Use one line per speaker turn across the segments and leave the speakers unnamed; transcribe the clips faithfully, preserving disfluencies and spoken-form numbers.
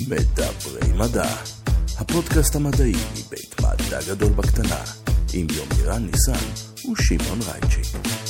מדברי מדע, הפודקאסט המדעי מבית מדע גדול בקטנה, עם יומירן ניסן ושמעון רייצ'י.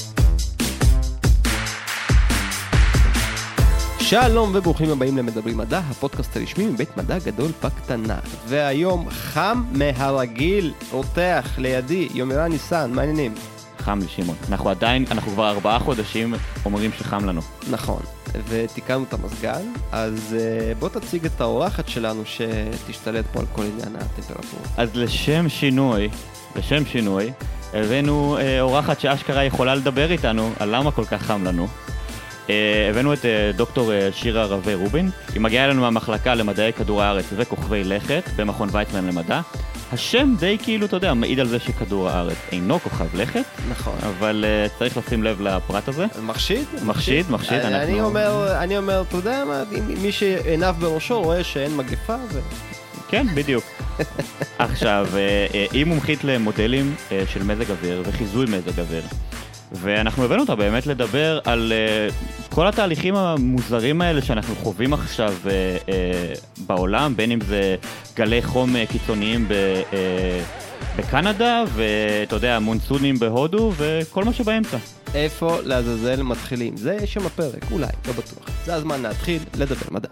שלום וברוכים הבאים למדברי מדע, הפודקאסט הרשמי מבית מדע גדול בקטנה. והיום חם מהרגיל, רותח לידי, יומירן ניסן, מה העניינים?
חם לי שמעון, אנחנו עדיין, אנחנו כבר ארבעה חודשים אומרים שחם לנו.
נכון, ותיקנו את המזגן, אז בוא תציג את האורחת שלנו שתשתלט פה על כל עניין הטמפרטורה.
אז לשם שינוי, לשם שינוי, הבאנו אה, אורחת שאשכרה יכולה לדבר איתנו על למה כל כך חם לנו. אה, הבאנו את אה, דוקטור אה, שירה רווה רובין, היא מגיעה אלינו מהמחלקה למדעי כדור הארץ וכוכבי לכת במכון ויצמן למדע. השם די כאילו, אתה יודע, מעיד על זה שכדור הארץ אינו כוכב לכת.
נכון.
אבל uh, צריך לשים לב לפרט הזה.
מחשיד?
מחשיד, מחשיד.
אני,
אנחנו...
אני אומר, אני אומר, אתה יודע מה, מי שעיניו בראשו רואה שאין מגפה ו...
כן, בדיוק. עכשיו, היא מומחית למודלים של מזג אוויר וחיזוי מזג אוויר. ואנחנו הבאנו אותה באמת לדבר על uh, כל התהליכים המוזרים האלה שאנחנו חווים עכשיו uh, uh, בעולם, בין אם זה גלי חום uh, קיצוניים ב, uh, בקנדה, ואתה יודע, מונסונים בהודו, וכל מה שבאמצע.
איפה לעזאזל מתחילים? זה שם הפרק, אולי, לא בטוח. זה הזמן להתחיל לדבר מדע.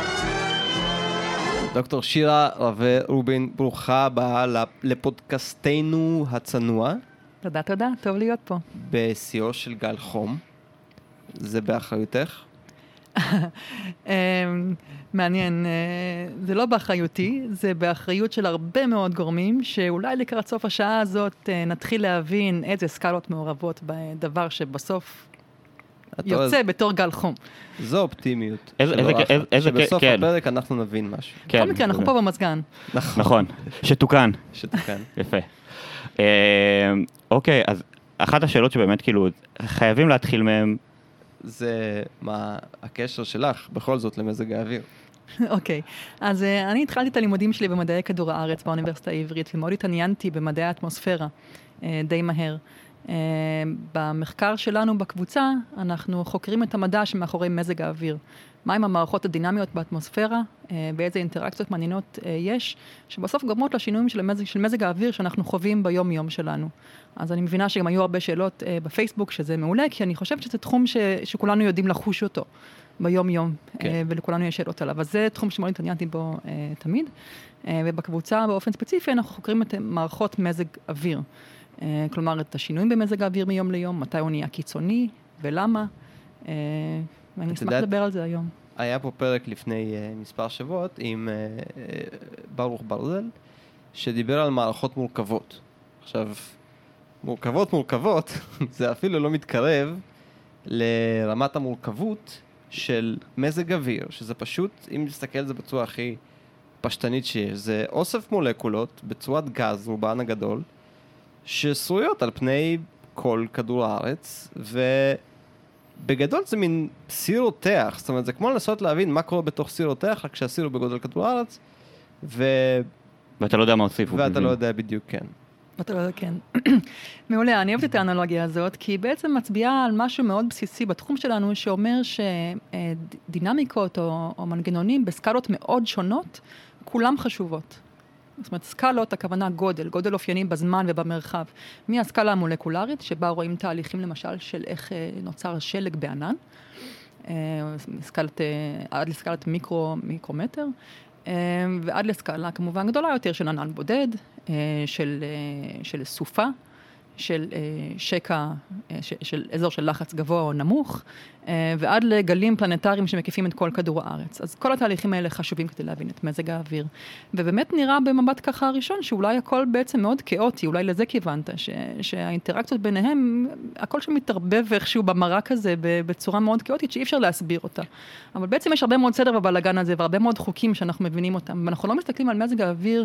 דוקטור שירה רווה רובין, ברוכה הבאה לפודקאסטנו הצנוע.
תודה, תודה, טוב להיות פה.
בשיאו של גל חום, זה באחריותך?
מעניין, זה לא באחריותי, זה באחריות של הרבה מאוד גורמים, שאולי לקראת סוף השעה הזאת נתחיל להבין איזה סקלות מעורבות בדבר שבסוף יוצא בתור גל חום.
זו אופטימיות.
שבסוף
הפרק אנחנו נבין משהו.
בכל מקרה, אנחנו פה במזגן.
נכון, שתוקן.
שתוקן.
יפה. אוקיי, אז אחת השאלות שבאמת כאילו חייבים להתחיל מהם
זה מה הקשר שלך בכל זאת למזג האוויר.
אוקיי, אז אני התחלתי את הלימודים שלי במדעי כדור הארץ באוניברסיטה העברית, ומאוד התעניינתי במדעי האטמוספירה די מהר. במחקר שלנו בקבוצה אנחנו חוקרים את המדע שמאחורי מזג האוויר. מהם המערכות הדינמיות באטמוספירה, באיזה אינטראקציות מעניינות יש, שבסוף גורמות לשינויים של מזג, של מזג האוויר שאנחנו חווים ביום יום שלנו. אז אני מבינה שגם היו הרבה שאלות בפייסבוק, שזה מעולה, כי אני חושבת שזה תחום ש, שכולנו יודעים לחוש אותו ביום יום, כן. ולכולנו יש שאלות עליו. אז זה תחום שמאוד התעניינתי בו תמיד, ובקבוצה באופן ספציפי אנחנו חוקרים את מערכות מזג אוויר. כלומר, את השינויים במזג האוויר מיום ליום, מתי הוא נהיה קיצוני ולמה. ואני אשמח לדבר על זה היום.
היה פה פרק לפני uh, מספר שבועות עם uh, uh, ברוך ברזל, שדיבר על מערכות מורכבות. עכשיו, מורכבות מורכבות, זה אפילו לא מתקרב לרמת המורכבות של מזג אוויר, שזה פשוט, אם נסתכל על זה בצורה הכי פשטנית שיש, זה אוסף מולקולות בצורת גז, רובן הגדול, ששרויות על פני כל כדור הארץ, ו... בגדול זה מין סיר רותח, זאת אומרת, זה כמו לנסות להבין מה קורה בתוך סיר רותח, רק שהסיר הוא בגודל כדור הארץ, ו...
ואתה לא יודע מה הוסיפו.
ואתה לא יודע בדיוק, כן.
ואתה לא יודע, כן. מעולה, אני אוהבת את האנלוגיה הזאת, כי היא בעצם מצביעה על משהו מאוד בסיסי בתחום שלנו, שאומר שדינמיקות או, או מנגנונים בסקלות מאוד שונות, כולם חשובות. זאת אומרת, סקלות, הכוונה גודל, גודל אופייני בזמן ובמרחב. מהסקלה המולקולרית, שבה רואים תהליכים למשל של איך נוצר שלג בענן, סקלת, עד לסקלת מיקרו, מיקרומטר, ועד לסקלה כמובן גדולה יותר של ענן בודד, של, של סופה, של שקע, של אזור של לחץ גבוה או נמוך, ועד לגלים פלנטריים שמקיפים את כל כדור הארץ. אז כל התהליכים האלה חשובים כדי להבין את מזג האוויר. ובאמת נראה במבט ככה הראשון, שאולי הכל בעצם מאוד כאוטי, אולי לזה כיוונת, ש, שהאינטראקציות ביניהם, הכל שמתערבב איכשהו במרק הזה בצורה מאוד כאוטית, שאי אפשר להסביר אותה. אבל בעצם יש הרבה מאוד סדר בבלגן הזה, והרבה מאוד חוקים שאנחנו מבינים אותם, ואנחנו לא מסתכלים על מזג האוויר,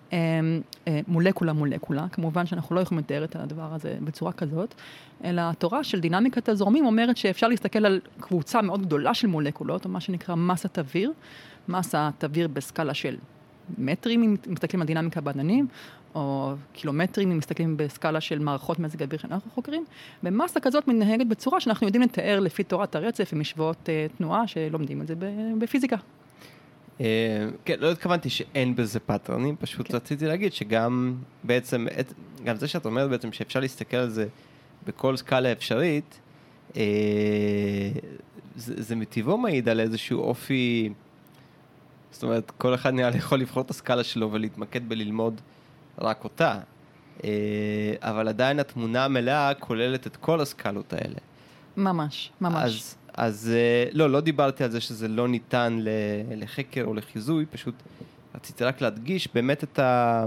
מולקולה מולקולה, כמובן שאנחנו לא יכולים לתאר את הדבר הזה בצורה כזאת, אלא התורה של דינמיקת הזורמים אומרת שאפשר להסתכל על קבוצה מאוד גדולה של מולקולות, או מה שנקרא מסת אוויר, מסת אוויר בסקאלה של מטרים, אם מסתכלים על דינמיקה בעננים, או קילומטרים, אם מסתכלים בסקאלה של מערכות מזג אוויר שאנחנו חוקרים, ומסה כזאת מתנהגת בצורה שאנחנו יודעים לתאר לפי תורת הרצף ומשוואות תנועה שלומדים את זה בפיזיקה.
כן, לא התכוונתי שאין בזה פאטרנים, פשוט רציתי להגיד שגם בעצם, גם זה שאת אומרת בעצם שאפשר להסתכל על זה בכל סקאלה אפשרית, זה מטבעו מעיד על איזשהו אופי, זאת אומרת, כל אחד נראה לי יכול לבחור את הסקאלה שלו ולהתמקד בללמוד רק אותה, אבל עדיין התמונה המלאה כוללת את כל הסקאלות האלה.
ממש, ממש.
אז, אז לא, לא דיברתי על זה שזה לא ניתן לחקר או לחיזוי, פשוט רציתי רק להדגיש באמת את ה...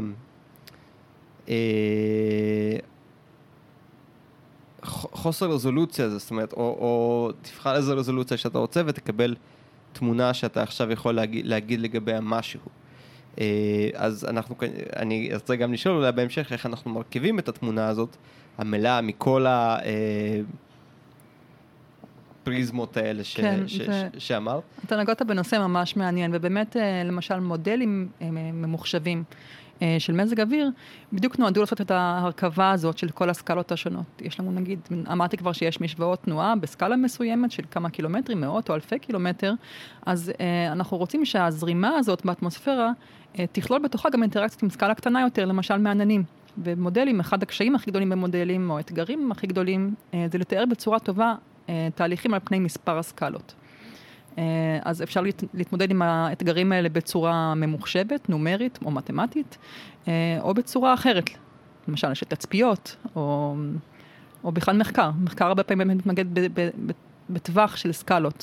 חוסר רזולוציה, זאת אומרת, או, או תבחר איזו רזולוציה שאתה רוצה ותקבל תמונה שאתה עכשיו יכול להגיד, להגיד לגבי משהו. אז אנחנו, אני רוצה גם לשאול אולי בהמשך איך אנחנו מרכיבים את התמונה הזאת, המלאה מכל הפריזמות האלה ש,
כן,
ש,
זה...
ש, שאמרת.
אתה נגעת בנושא ממש מעניין, ובאמת למשל מודלים ממוחשבים של מזג אוויר, בדיוק נועדו לעשות את ההרכבה הזאת של כל הסקלות השונות. יש לנו נגיד, אמרתי כבר שיש משוואות תנועה בסקלה מסוימת של כמה קילומטרים, מאות או אלפי קילומטר, אז אה, אנחנו רוצים שהזרימה הזאת באטמוספירה אה, תכלול בתוכה גם אינטראקציות עם סקלה קטנה יותר, למשל מעננים. ומודלים, אחד הקשיים הכי גדולים במודלים, או האתגרים הכי גדולים, אה, זה לתאר בצורה טובה אה, תהליכים על פני מספר הסקלות. אז אפשר להתמודד עם האתגרים האלה בצורה ממוחשבת, נומרית או מתמטית, או בצורה אחרת, למשל של תצפיות, או, או בכלל מחקר. מחקר הרבה פעמים מתמקד בטווח של סקלות.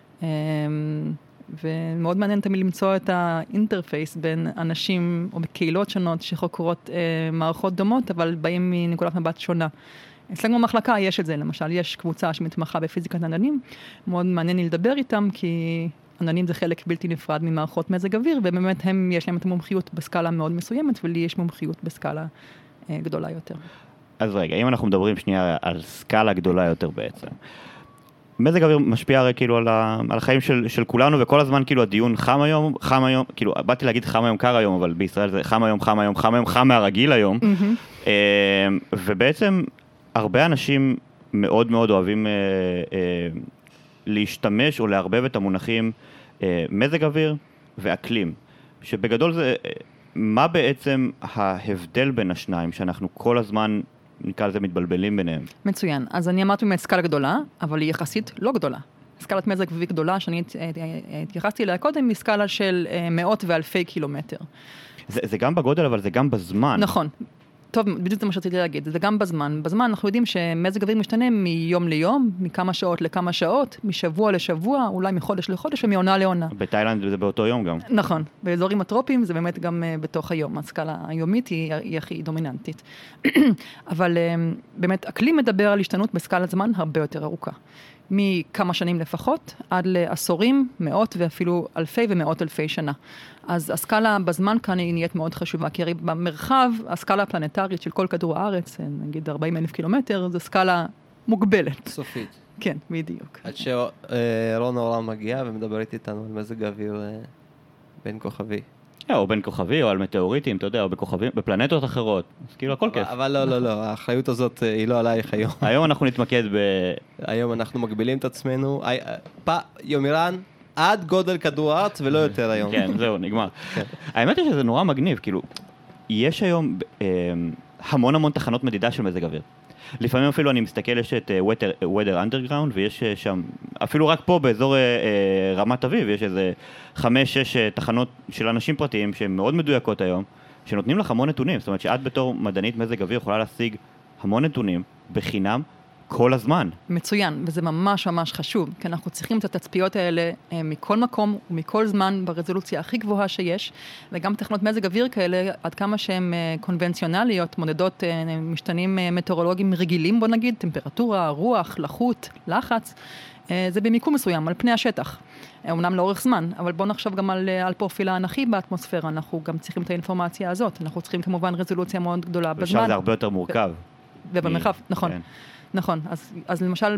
ומאוד מעניין תמיד למצוא את האינטרפייס בין אנשים או בקהילות שונות שחוקרות מערכות דומות, אבל באים מנקודת מבט שונה. אצלנו במחלקה יש את זה, למשל, יש קבוצה שמתמחה בפיזיקת עננים, מאוד מעניין לי לדבר איתם, כי עננים זה חלק בלתי נפרד ממערכות מזג אוויר, ובאמת הם, יש להם את המומחיות בסקאלה מאוד מסוימת, ולי יש מומחיות בסקאלה אה, גדולה יותר.
אז רגע, אם אנחנו מדברים שנייה על סקאלה גדולה יותר בעצם, מזג אוויר משפיע הרי כאילו על, ה, על החיים של, של כולנו, וכל הזמן כאילו הדיון חם היום, חם היום, כאילו באתי להגיד חם היום, קר היום, אבל בישראל זה חם היום, חם היום, חם היום, חם מהרגיל היום, mm-hmm. אה, ובעצם הרבה אנשים מאוד מאוד אוהבים אה, אה, להשתמש או להרבב את המונחים אה, מזג אוויר ואקלים, שבגדול זה, אה, מה בעצם ההבדל בין השניים שאנחנו כל הזמן נקרא לזה מתבלבלים ביניהם?
מצוין, אז אני אמרתי באמת סקאלה גדולה, אבל היא יחסית לא גדולה. סקאלת מזג אוויר גדולה שאני התייחסתי אליה קודם, היא סקאלה של אה, מאות ואלפי קילומטר.
זה, זה גם בגודל, אבל זה גם בזמן.
נכון. טוב, בדיוק זה מה שרציתי להגיד, זה גם בזמן. בזמן אנחנו יודעים שמזג אוויר משתנה מיום ליום, מכמה שעות לכמה שעות, משבוע לשבוע, אולי מחודש לחודש ומעונה לעונה.
בתאילנד זה באותו יום גם.
נכון, באזורים הטרופיים זה באמת גם בתוך היום, הסקאלה היומית היא, היא הכי דומיננטית. אבל באמת אקלים מדבר על השתנות בסקאלת זמן הרבה יותר ארוכה. מכמה שנים לפחות, עד לעשורים, מאות ואפילו אלפי ומאות אלפי שנה. אז הסקאלה בזמן כאן היא נהיית מאוד חשובה, כי הרי במרחב, הסקאלה הפלנטרית של כל כדור הארץ, נגיד ארבעים אלף קילומטר, זו סקאלה מוגבלת.
סופית.
כן, בדיוק.
עד שרון אורם מגיע ומדברת איתנו על מזג האוויר בין כוכבי.
או בין כוכבי, או על מטאוריטים, אתה יודע, או בכוכבים, בפלנטות אחרות. אז כאילו, הכל כיף.
אבל לא, לא, לא, האחריות הזאת היא לא עלייך היום.
היום אנחנו נתמקד ב...
היום אנחנו מגבילים את עצמנו. יומירן, עד גודל כדור הארץ ולא יותר היום.
כן, זהו, נגמר. האמת היא שזה נורא מגניב, כאילו, יש היום המון המון תחנות מדידה של מזג אוויר. לפעמים אפילו אני מסתכל, יש את Weather, Weather Underground, ויש שם, אפילו רק פה באזור רמת אביב, יש איזה חמש, שש תחנות של אנשים פרטיים שהן מאוד מדויקות היום, שנותנים לך המון נתונים. זאת אומרת שאת בתור מדענית מזג אוויר יכולה להשיג המון נתונים בחינם כל הזמן.
מצוין, וזה ממש ממש חשוב, כי אנחנו צריכים את התצפיות האלה מכל מקום ומכל זמן ברזולוציה הכי גבוהה שיש, וגם תחנות מזג אוויר כאלה, עד כמה שהן קונבנציונליות, מודדות משתנים מטאורולוגיים רגילים, בוא נגיד, טמפרטורה, רוח, לחות, לחץ, זה במיקום מסוים, על פני השטח. אומנם לאורך זמן, אבל בואו נחשוב גם על, על פרופיל האנכי באטמוספירה, אנחנו גם צריכים את האינפורמציה הזאת, אנחנו צריכים כמובן רזולוציה מאוד גדולה בזמן.
ושם זה הרבה יותר מורכב.
ובמרחב, נכון.
כן.
נכון, אז, אז למשל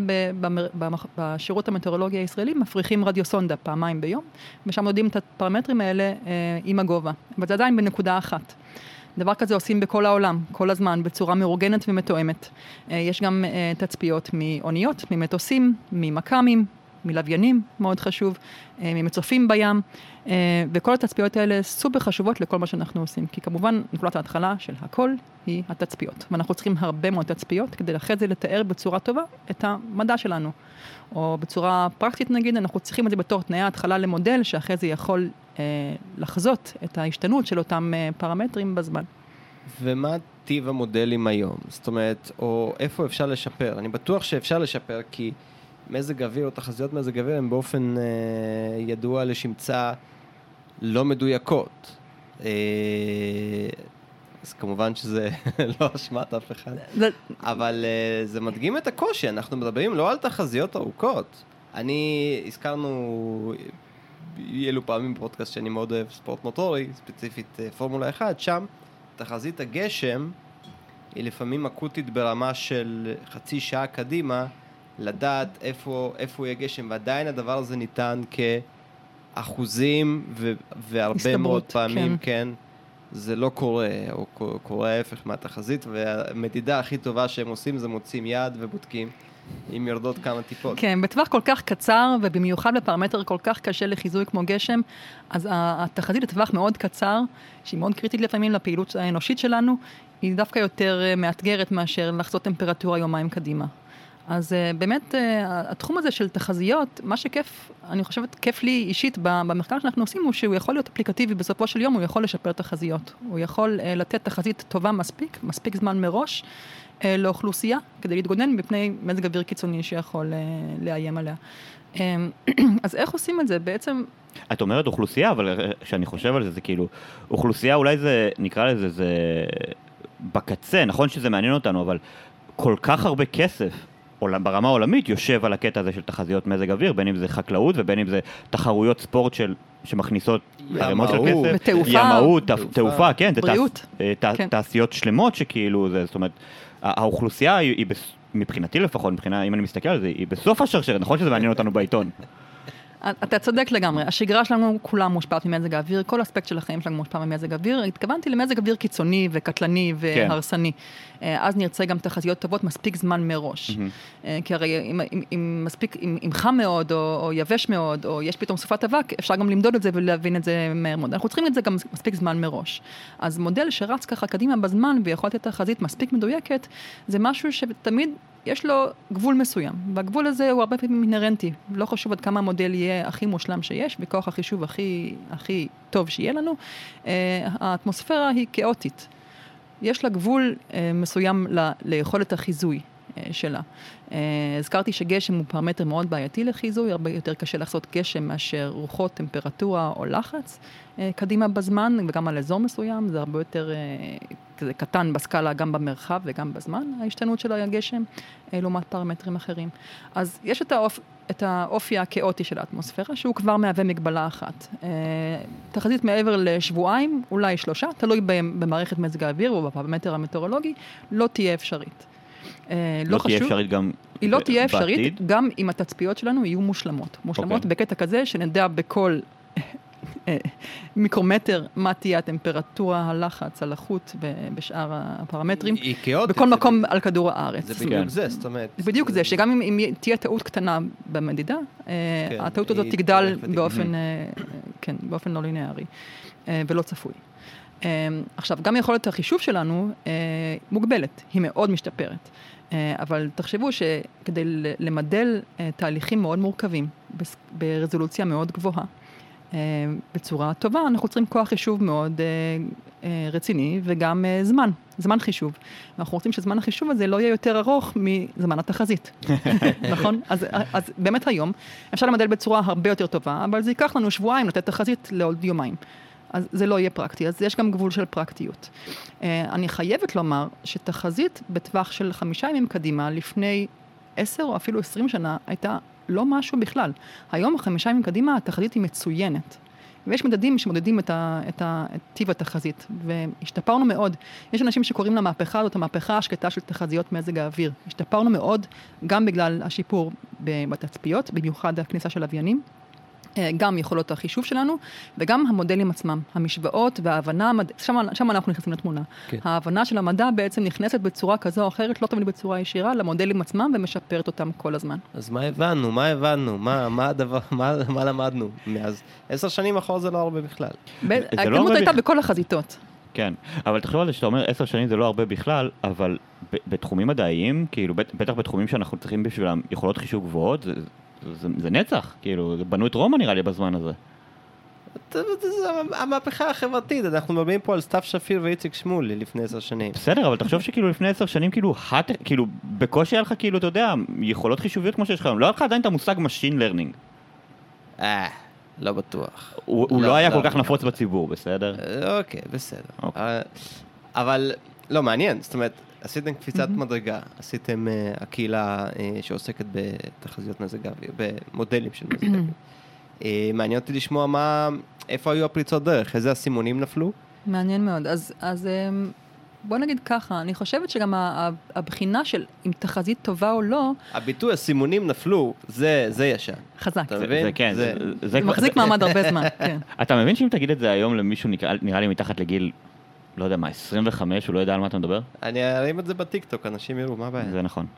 בשירות המטאורולוגיה הישראלי מפריחים רדיוסונדה פעמיים ביום, ושם יודעים את הפרמטרים האלה אה, עם הגובה, אבל זה עדיין בנקודה אחת. דבר כזה עושים בכל העולם, כל הזמן, בצורה מאורגנת ומתואמת. אה, יש גם אה, תצפיות מאוניות, ממטוסים, ממקמים, מלוויינים, מאוד חשוב, ממצופים בים, וכל התצפיות האלה סופר חשובות לכל מה שאנחנו עושים, כי כמובן נקודת ההתחלה של הכל היא התצפיות, ואנחנו צריכים הרבה מאוד תצפיות כדי אחרי זה לתאר בצורה טובה את המדע שלנו, או בצורה פרקטית נגיד, אנחנו צריכים את זה בתור תנאי ההתחלה למודל, שאחרי זה יכול אה, לחזות את ההשתנות של אותם אה, פרמטרים בזמן.
ומה טיב המודלים היום? זאת אומרת, או איפה אפשר לשפר? אני בטוח שאפשר לשפר, כי מזג אוויר או תחזיות מזג אוויר הם באופן אה, ידוע לשמצה לא מדויקות. אה, אז כמובן שזה לא אשמת אף אחד. אבל uh, זה מדגים את הקושי, אנחנו מדברים לא על תחזיות ארוכות. אני, הזכרנו אילו פעמים בפודקאסט שאני מאוד אוהב ספורט מוטורי, ספציפית uh, פורמולה אחת, שם תחזית הגשם היא לפעמים אקוטית ברמה של חצי שעה קדימה, לדעת איפה, איפה יהיה גשם, ועדיין הדבר הזה ניתן כאחוזים ו- והרבה הסתברות, מאוד פעמים, כן. כן זה לא קורה, או קורה ההפך מהתחזית, והמדידה הכי טובה שהם עושים זה מוצאים יד ובודקים אם יורדות כמה טיפות.
כן, בטווח כל כך קצר, ובמיוחד בפרמטר כל כך קשה לחיזוי כמו גשם, אז התחזית לטווח מאוד קצר, שהיא מאוד קריטית לפעמים לפעילות האנושית שלנו, היא דווקא יותר מאתגרת מאשר לחזות טמפרטורה יומיים קדימה. אז באמת, התחום הזה של תחזיות, מה שכיף, אני חושבת, כיף לי אישית במחקר שאנחנו עושים, הוא שהוא יכול להיות אפליקטיבי, בסופו של יום הוא יכול לשפר תחזיות. הוא יכול לתת תחזית טובה מספיק, מספיק זמן מראש, לאוכלוסייה, כדי להתגונן מפני מזג אוויר קיצוני שיכול לאיים עליה. אז איך עושים את זה? בעצם...
את אומרת אוכלוסייה, אבל כשאני חושב על זה, זה כאילו, אוכלוסייה אולי זה, נקרא לזה, זה בקצה, נכון שזה מעניין אותנו, אבל כל כך הרבה כסף, ברמה העולמית יושב על הקטע הזה של תחזיות מזג אוויר, בין אם זה חקלאות ובין אם זה תחרויות ספורט של, שמכניסות רמות של כסף.
ותעופה.
ימאות, תעופה, כן.
בריאות.
תעשיות שלמות שכאילו, זאת אומרת, האוכלוסייה היא, מבחינתי לפחות, מבחינה, אם אני מסתכל על זה, היא בסוף השרשרת, נכון שזה מעניין אותנו בעיתון.
אתה צודק לגמרי, השגרה שלנו כולה מושפעת ממזג האוויר, כל אספקט של החיים שלנו מושפע ממזג האוויר, התכוונתי למזג אוויר קיצוני וקטלני והרסני, אז נרצה גם תחזיות טובות מספיק זמן מראש, כי הרי אם מספיק, אם חם מאוד או יבש מאוד, או יש פתאום סופת אבק, אפשר גם למדוד את זה ולהבין את זה מהר מאוד, אנחנו צריכים את זה גם מספיק זמן מראש, אז מודל שרץ ככה קדימה בזמן ויכול לתת תחזית מספיק מדויקת, זה משהו שתמיד יש לו גבול מסוים, והגבול הזה הוא הרבה פעמים אינרנטי, לא חשוב עד כמה המודל יהיה הכי מושלם שיש, בכוח החישוב הכי, הכי טוב שיהיה לנו, האטמוספירה היא כאוטית, יש לה גבול מסוים ל, ליכולת החיזוי שלה. הזכרתי שגשם הוא פרמטר מאוד בעייתי לחיזוי, הרבה יותר קשה לעשות גשם מאשר רוחות, טמפרטורה או לחץ קדימה בזמן, וגם על אזור מסוים, זה הרבה יותר כזה קטן בסקאלה גם במרחב וגם בזמן, ההשתנות של הגשם, לעומת פרמטרים אחרים. אז יש את האופ... את האופי הכאוטי של האטמוספירה, שהוא כבר מהווה מגבלה אחת. תחזית מעבר לשבועיים, אולי שלושה, תלוי במערכת מזג האוויר או בפרמטר המטאורולוגי, לא תהיה אפשרית.
לא תהיה אפשרית גם
היא לא תהיה אפשרית, גם אם התצפיות שלנו יהיו מושלמות. מושלמות בקטע כזה, שנדע בכל מיקרומטר מה תהיה הטמפרטורה, הלחץ, הלחות בשאר הפרמטרים.
היא כאוטית.
בכל מקום על כדור הארץ.
זה בדיוק זה, זאת אומרת.
זה בדיוק זה, שגם אם תהיה טעות קטנה במדידה, הטעות הזאת תגדל באופן לא לינארי ולא צפוי. עכשיו, גם יכולת החישוב שלנו מוגבלת, היא מאוד משתפרת. אבל תחשבו שכדי למדל תהליכים מאוד מורכבים, ברזולוציה מאוד גבוהה, בצורה טובה, אנחנו צריכים כוח חישוב מאוד רציני, וגם זמן, זמן חישוב. אנחנו רוצים שזמן החישוב הזה לא יהיה יותר ארוך מזמן התחזית. נכון? אז, אז באמת היום, אפשר למדל בצורה הרבה יותר טובה, אבל זה ייקח לנו שבועיים לתת תחזית לעוד יומיים. אז זה לא יהיה פרקטי, אז יש גם גבול של פרקטיות. אני חייבת לומר שתחזית בטווח של חמישה ימים קדימה, לפני עשר או אפילו עשרים שנה, הייתה לא משהו בכלל. היום, חמישה ימים קדימה, התחזית היא מצוינת. ויש מדדים שמודדים את, ה, את, ה, את טיב התחזית, והשתפרנו מאוד. יש אנשים שקוראים למהפכה הזאת, המהפכה השקטה של תחזיות מזג האוויר. השתפרנו מאוד, גם בגלל השיפור בתצפיות, במיוחד הכניסה של לוויינים. גם יכולות החישוב שלנו, וגם המודלים עצמם, המשוואות וההבנה, שם, שם אנחנו נכנסים לתמונה. כן. ההבנה של המדע בעצם נכנסת בצורה כזו או אחרת, לא תמיד בצורה ישירה, למודלים עצמם, ומשפרת אותם כל הזמן.
אז מה הבנו? מה הבנו? מה, מה הדבר, מה, מה למדנו? מאז עשר שנים אחורה זה לא הרבה בכלל.
ההתקדמות לא הייתה בכ... בכל החזיתות.
כן, אבל תחשוב על זה שאתה אומר עשר שנים זה לא הרבה בכלל, אבל ב- בתחומים מדעיים, כאילו, בטח בתחומים שאנחנו צריכים בשבילם יכולות חישוב גבוהות, זה, זה, זה נצח, כאילו, בנו את רומא נראה לי בזמן הזה.
זה המהפכה החברתית, אנחנו מדברים פה על סתיו שפיר ואיציק שמולי לפני עשר שנים.
בסדר, אבל תחשוב שכאילו לפני עשר שנים, כאילו, כאילו, בקושי היה לך, כאילו, אתה יודע, יכולות חישוביות כמו שיש לך, לא היה לך עדיין את המושג Machine Learning.
אה, לא בטוח.
הוא לא היה כל כך נפוץ בציבור, בסדר?
אוקיי, בסדר. אבל, לא, מעניין, זאת אומרת, עשיתם קפיצת מדרגה, עשיתם הקהילה שעוסקת בתחזיות מזג האוויר, במודלים של מזג האוויר. מעניין אותי לשמוע מה, איפה היו הפריצות דרך, איזה הסימונים נפלו?
מעניין מאוד. אז, אז בוא נגיד ככה, אני חושבת שגם הבחינה של אם תחזית טובה או לא...
הביטוי, הסימונים נפלו, זה, זה ישן.
חזק.
אתה מבין?
זה, כן,
זה, זה, זה מחזיק מעמד הרבה זמן, כן. אתה
מבין שאם תגיד את זה היום למישהו, נראה לי מתחת לגיל, לא יודע מה, עשרים וחמש, הוא לא יודע על מה אתה מדבר?
אני ארים את זה בטיקטוק, אנשים יראו, מה הבעיה?
זה נכון.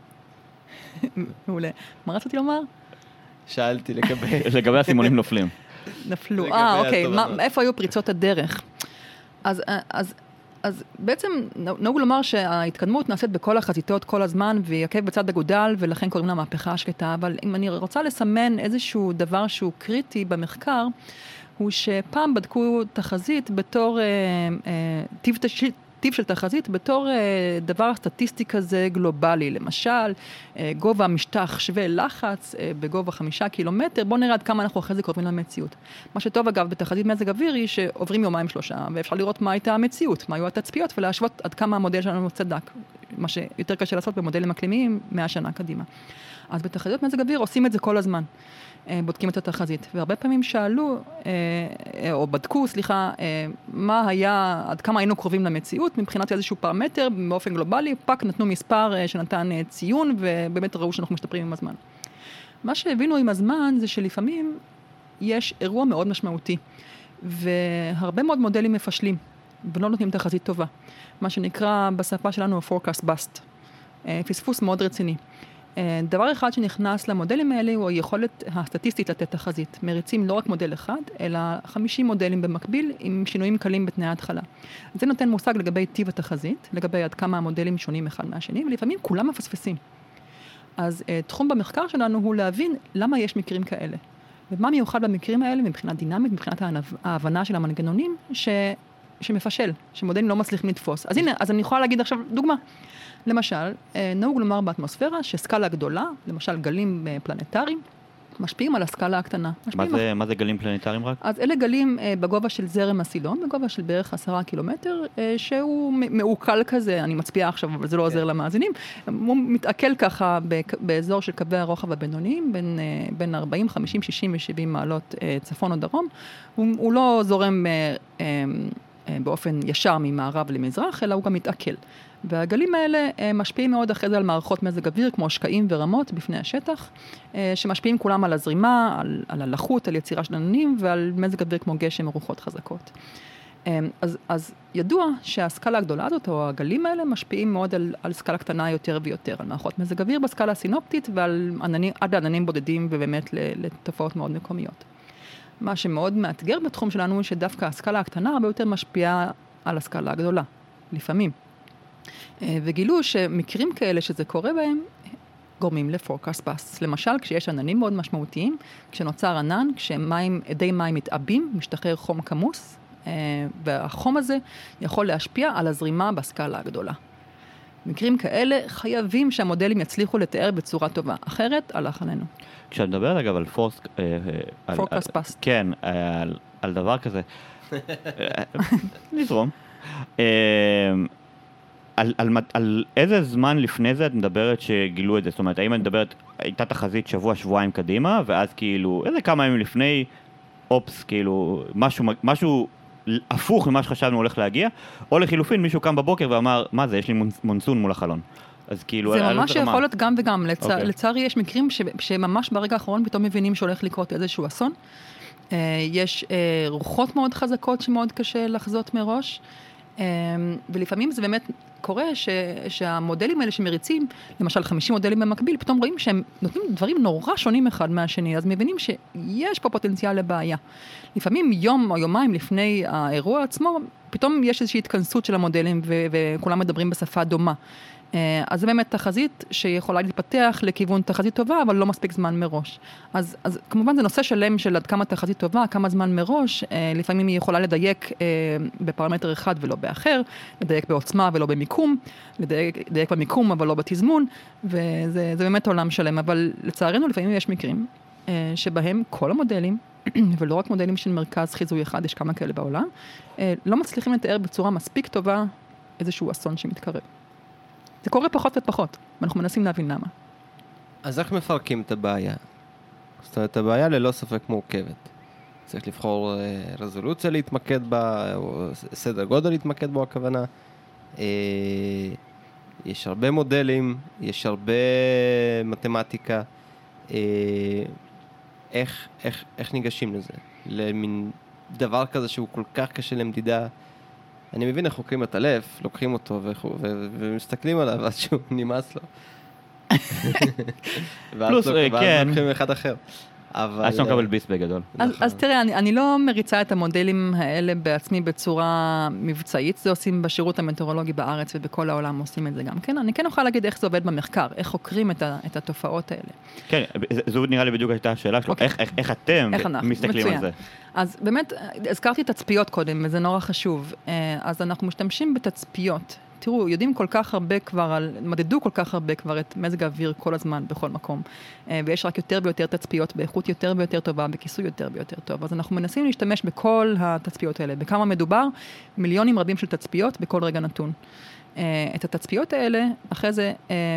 מעולה. מה רציתי לומר?
שאלתי לגבי...
לגבי הסימונים נופלים.
נפלו. אה, אוקיי. איפה היו פריצות הדרך? אז, אז, אז בעצם נהוג לומר שההתקדמות נעשית בכל החזיתות כל הזמן, והיא עקב בצד אגודל, ולכן קוראים לה מהפכה השקטה. אבל אם אני רוצה לסמן איזשהו דבר שהוא קריטי במחקר, הוא שפעם בדקו תחזית בתור, אה, אה, טיב, טיב של תחזית בתור אה, דבר סטטיסטי כזה גלובלי. למשל, אה, גובה משטח שווה לחץ אה, בגובה חמישה קילומטר, בואו נראה עד כמה אנחנו אחרי זה קרובים למציאות. מה שטוב אגב בתחזית מזג אוויר היא שעוברים יומיים שלושה, ואפשר לראות מה הייתה המציאות, מה היו התצפיות, ולהשוות עד כמה המודל שלנו צדק. מה שיותר קשה לעשות במודלים אקלימיים מאה שנה קדימה. אז בתחזיות מזג אוויר עושים את זה כל הזמן. בודקים את התחזית, והרבה פעמים שאלו, או בדקו, סליחה, מה היה, עד כמה היינו קרובים למציאות, מבחינת איזשהו פרמטר, באופן גלובלי, פק נתנו מספר שנתן ציון, ובאמת ראו שאנחנו משתפרים עם הזמן. מה שהבינו עם הזמן, זה שלפעמים יש אירוע מאוד משמעותי, והרבה מאוד מודלים מפשלים, ולא נותנים תחזית טובה. מה שנקרא בשפה שלנו, forecast bust. פספוס מאוד רציני. דבר אחד שנכנס למודלים האלה הוא היכולת הסטטיסטית לתת תחזית. מריצים לא רק מודל אחד, אלא חמישים מודלים במקביל עם שינויים קלים בתנאי ההתחלה. זה נותן מושג לגבי טיב התחזית, לגבי עד כמה המודלים שונים אחד מהשני, ולפעמים כולם מפספסים. אז תחום במחקר שלנו הוא להבין למה יש מקרים כאלה. ומה מיוחד במקרים האלה מבחינת דינמית, מבחינת ההבנה של המנגנונים, ש... שמפשל, שמודלים לא מצליחים לתפוס. אז הנה, אז אני יכולה להגיד עכשיו דוגמה. למשל, נהוג לומר באטמוספירה שסקאלה גדולה, למשל גלים פלנטריים, משפיעים על הסקאלה הקטנה.
מה זה, מה זה גלים פלנטריים רק?
אז אלה גלים בגובה של זרם הסילון, בגובה של בערך עשרה קילומטר, שהוא מעוקל כזה, אני מצביעה עכשיו, אבל זה לא עוזר למאזינים, הוא מתעכל ככה באזור של קווי הרוחב הבינוניים, בין, בין ארבעים, חמישים, שישים ו-שבעים מעלות צפון או דרום, הוא, הוא לא זורם באופן ישר ממערב למזרח, אלא הוא גם מתעכל. והגלים האלה משפיעים מאוד אחרי זה על מערכות מזג אוויר, כמו שקעים ורמות בפני השטח, שמשפיעים כולם על הזרימה, על, על הלחות, על יצירה של עננים, ועל מזג אוויר כמו גשם ורוחות חזקות. אז, אז ידוע שהסקאלה הגדולה הזאת, או הגלים האלה, משפיעים מאוד על, על סקאלה קטנה יותר ויותר, על מערכות מזג אוויר בסקאלה הסינופטית, ועל עננים, עד לעננים בודדים, ובאמת לתופעות מאוד מקומיות. מה שמאוד מאתגר בתחום שלנו, הוא שדווקא הסקאלה הקטנה הרבה יותר משפיעה על הסקאלה הגדולה, לפעמים. וגילו שמקרים כאלה שזה קורה בהם, גורמים לפורקאסט בס. למשל, כשיש עננים מאוד משמעותיים, כשנוצר ענן, כשמים, עדי מים מתאבים, משתחרר חום כמוס, והחום הזה יכול להשפיע על הזרימה בסקאלה הגדולה. מקרים כאלה חייבים שהמודלים יצליחו לתאר בצורה טובה, אחרת הלך עלינו.
כשאת מדברת אגב על
פורקאסט בס.
כן, על, על דבר כזה, נזרום. על, על, על איזה זמן לפני זה את מדברת שגילו את זה? זאת אומרת, האם את מדברת, הייתה תחזית שבוע, שבועיים קדימה, ואז כאילו, איזה כמה ימים לפני, אופס, כאילו, משהו, משהו הפוך ממה שחשבנו הולך להגיע, או לחילופין, מישהו קם בבוקר ואמר, מה זה, יש לי מונסון מול החלון. אז כאילו...
זה ממש יכול להיות גם וגם. לצערי יש מקרים ש, שממש ברגע האחרון פתאום מבינים שהולך לקרות איזשהו אסון. יש רוחות מאוד חזקות שמאוד קשה לחזות מראש, ולפעמים זה באמת קורה ש, שהמודלים האלה שמריצים, למשל חמישים מודלים במקביל, פתאום רואים שהם נותנים דברים נורא שונים אחד מהשני, אז מבינים שיש פה פוטנציאל לבעיה. לפעמים יום או יומיים לפני האירוע עצמו, פתאום יש איזושהי התכנסות של המודלים, ו- וכולם מדברים בשפה דומה. אז זה באמת תחזית שיכולה להתפתח לכיוון תחזית טובה, אבל לא מספיק זמן מראש. אז, אז כמובן זה נושא שלם של עד כמה תחזית טובה, כמה זמן מראש, לפעמים היא יכולה לדייק בפרמטר אחד ולא באחר, לדייק בעוצמה ולא במיקום, לדייק, לדייק במיקום אבל לא בתזמון, וזה זה באמת עולם שלם, אבל לצערנו לפעמים יש מקרים שבהם כל המודלים, ולא רק מודלים של מרכז חיזוי אחד, יש כמה כאלה בעולם, לא מצליחים לתאר בצורה מספיק טובה איזשהו אסון שמתקרב. זה קורה פחות ופחות, ואנחנו מנסים להבין למה.
אז איך מפרקים את הבעיה? זאת אומרת, הבעיה ללא ספק מורכבת. צריך לבחור רזולוציה להתמקד בה, או סדר גודל להתמקד בו, הכוונה. יש הרבה מודלים, יש הרבה מתמטיקה. איך, איך, איך ניגשים לזה? למין דבר כזה שהוא כל כך קשה למדידה. אני מבין איך חוקרים את הלף, לוקחים אותו ומסתכלים עליו עד שהוא נמאס לו.
פלוס, כן.
לוקחים אחד אחר.
אז שם קבל ביס בגדול.
אז תראה, אני לא מריצה את המודלים האלה בעצמי בצורה מבצעית, זה עושים בשירות המטאורולוגי בארץ ובכל העולם עושים את זה גם כן. אני כן אוכל להגיד איך זה עובד במחקר, איך חוקרים את התופעות האלה.
כן, זו נראה לי בדיוק הייתה השאלה שלו, איך אתם מסתכלים על זה?
אז באמת, הזכרתי תצפיות קודם, וזה נורא חשוב. אז אנחנו משתמשים בתצפיות. תראו, יודעים כל כך הרבה כבר, על, מדדו כל כך הרבה כבר את מזג האוויר כל הזמן, בכל מקום. ויש רק יותר ויותר תצפיות, באיכות יותר ויותר טובה, בכיסוי יותר ויותר טוב. אז אנחנו מנסים להשתמש בכל התצפיות האלה. בכמה מדובר? מיליונים רבים של תצפיות בכל רגע נתון. את התצפיות האלה, אחרי זה,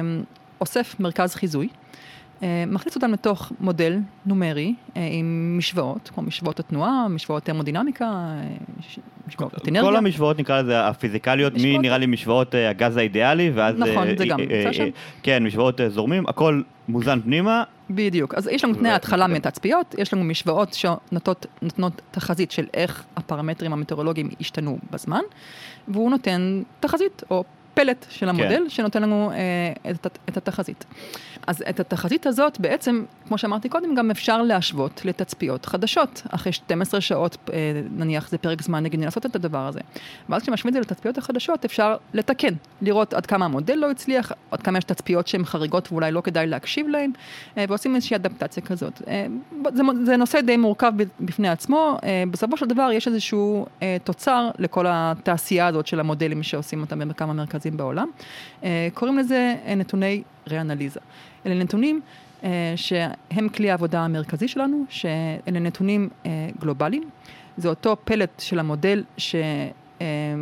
אוסף מרכז חיזוי, מכניס אותם לתוך מודל נומרי עם משוואות, כמו משוואות התנועה, משוואות טרמודינמיקה, משוואות אנרגיה.
כל המשוואות נקרא לזה הפיזיקליות, מי נראה לי משוואות הגז האידיאלי, ואז...
נכון, זה גם נמצא שם.
כן, משוואות זורמים, הכל מוזן פנימה.
בדיוק, אז יש לנו תנאי התחלה מתצפיות, יש לנו משוואות שנותנות תחזית של איך הפרמטרים המטאורולוגיים השתנו בזמן, והוא נותן תחזית או פלט של המודל שנותן לנו את התחזית. אז את התחזית הזאת בעצם, כמו שאמרתי קודם, גם אפשר להשוות לתצפיות חדשות. אחרי שתים עשרה שעות, נניח זה פרק זמן, נגיד לעשות את הדבר הזה. ואז כשמשווים את זה לתצפיות החדשות, אפשר לתקן, לראות עד כמה המודל לא הצליח, עד כמה יש תצפיות שהן חריגות ואולי לא כדאי להקשיב להן, ועושים איזושהי אדפטציה כזאת. זה, זה נושא די מורכב בפני עצמו. בסופו של דבר יש איזשהו תוצר לכל התעשייה הזאת של המודלים שעושים אותם בכמה מרכזים בעולם. קוראים לזה נתוני ריאנליזה. אלה נתונים אה, שהם כלי העבודה המרכזי שלנו, שאלה נתונים אה, גלובליים. זה אותו פלט של המודל ש, אה,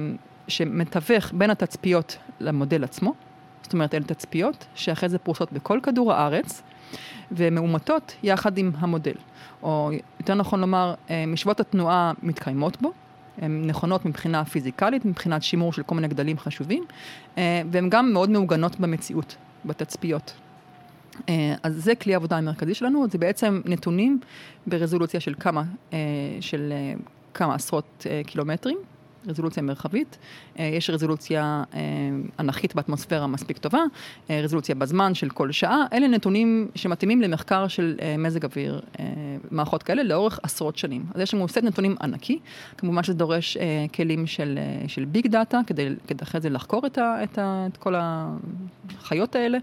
שמתווך בין התצפיות למודל עצמו. זאת אומרת, אלה תצפיות שאחרי זה פרוסות בכל כדור הארץ, ומאומתות יחד עם המודל. או יותר נכון לומר, אה, משוואות התנועה מתקיימות בו, הן נכונות מבחינה פיזיקלית, מבחינת שימור של כל מיני גדלים חשובים, אה, והן גם מאוד מעוגנות במציאות. בתצפיות. אז זה כלי העבודה המרכזי שלנו, זה בעצם נתונים ברזולוציה של כמה, של כמה עשרות קילומטרים, רזולוציה מרחבית, יש רזולוציה אנכית באטמוספירה מספיק טובה, רזולוציה בזמן של כל שעה, אלה נתונים שמתאימים למחקר של מזג אוויר, מערכות כאלה לאורך עשרות שנים. אז יש לנו סט נתונים ענקי, כמובן שזה דורש כלים של, של ביג דאטה, כדי, כדי אחרי זה לחקור את, ה, את, ה, את כל החיות האלה,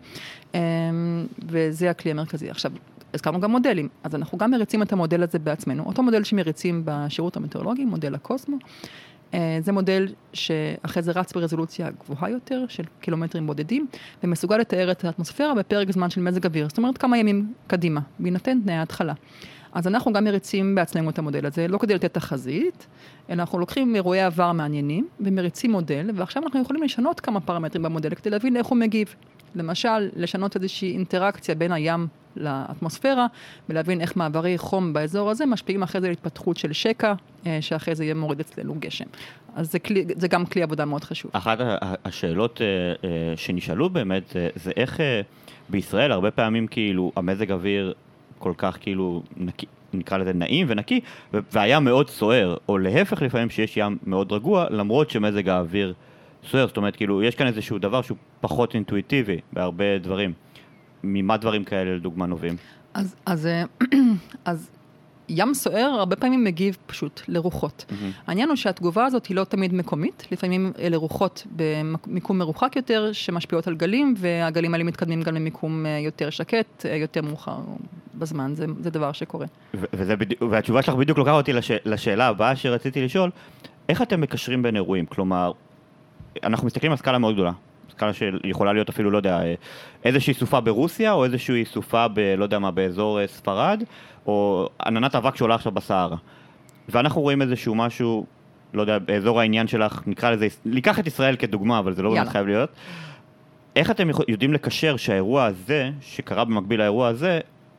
וזה הכלי המרכזי. עכשיו, הזכרנו גם מודלים, אז אנחנו גם מריצים את המודל הזה בעצמנו, אותו מודל שמריצים בשירות המטאורולוגי, מודל הקוסמו, זה מודל שאחרי זה רץ ברזולוציה גבוהה יותר, של קילומטרים בודדים, ומסוגל לתאר את האטמוספירה בפרק זמן של מזג אוויר, זאת אומרת כמה ימים קדימה, בהינתן תנאי ההתחלה. אז אנחנו גם מריצים בעצמנו את המודל הזה, לא כדי לתת תחזית, אלא אנחנו לוקחים אירועי עבר מעניינים, ומריצים מודל, ועכשיו אנחנו יכולים לשנות כמה פרמטרים במודל, כדי להבין איך הוא מגיב. למשל, לשנות איזושהי אינטראקציה בין הים לאטמוספירה, ולהבין איך מעברי חום באזור הזה משפיעים אחרי זה להתפתחות של שקע, שאחרי זה יהיה מוריד אצלנו גשם. אז זה, כלי, זה גם כלי עבודה מאוד חשוב.
אחת השאלות שנשאלו באמת, זה איך בישראל הרבה פעמים כאילו המזג אוויר כל כך כאילו נקי, נקרא לזה נעים ונקי, והיה מאוד סוער, או להפך לפעמים שיש ים מאוד רגוע, למרות שמזג האוויר סוער, זאת אומרת, כאילו, יש כאן איזשהו דבר שהוא פחות אינטואיטיבי בהרבה דברים. ממה דברים כאלה לדוגמה נובעים?
אז, אז, אז ים סוער הרבה פעמים מגיב פשוט לרוחות. Mm-hmm. העניין הוא שהתגובה הזאת היא לא תמיד מקומית, לפעמים אלה רוחות במיקום מרוחק יותר, שמשפיעות על גלים, והגלים האלה מתקדמים גם למיקום יותר שקט, יותר מאוחר בזמן, זה, זה דבר שקורה.
ו- וזה בדיוק, והתשובה שלך בדיוק לוקחה אותי לש- לשאלה הבאה שרציתי לשאול, איך אתם מקשרים בין אירועים? כלומר, אנחנו מסתכלים על סקאלה מאוד גדולה. סקאלה שיכולה להיות אפילו, לא יודע, איזושהי סופה ברוסיה, או איזושהי סופה ב, לא יודע מה, באזור ספרד, או עננת אבק שעולה עכשיו בסהרה. ואנחנו רואים איזשהו משהו, לא יודע, באזור העניין שלך, נקרא לזה, ניקח את ישראל כדוגמה, אבל זה לא באמת חייב להיות. איך אתם יודעים לקשר שהאירוע הזה, שקרה במקביל לאירוע הזה,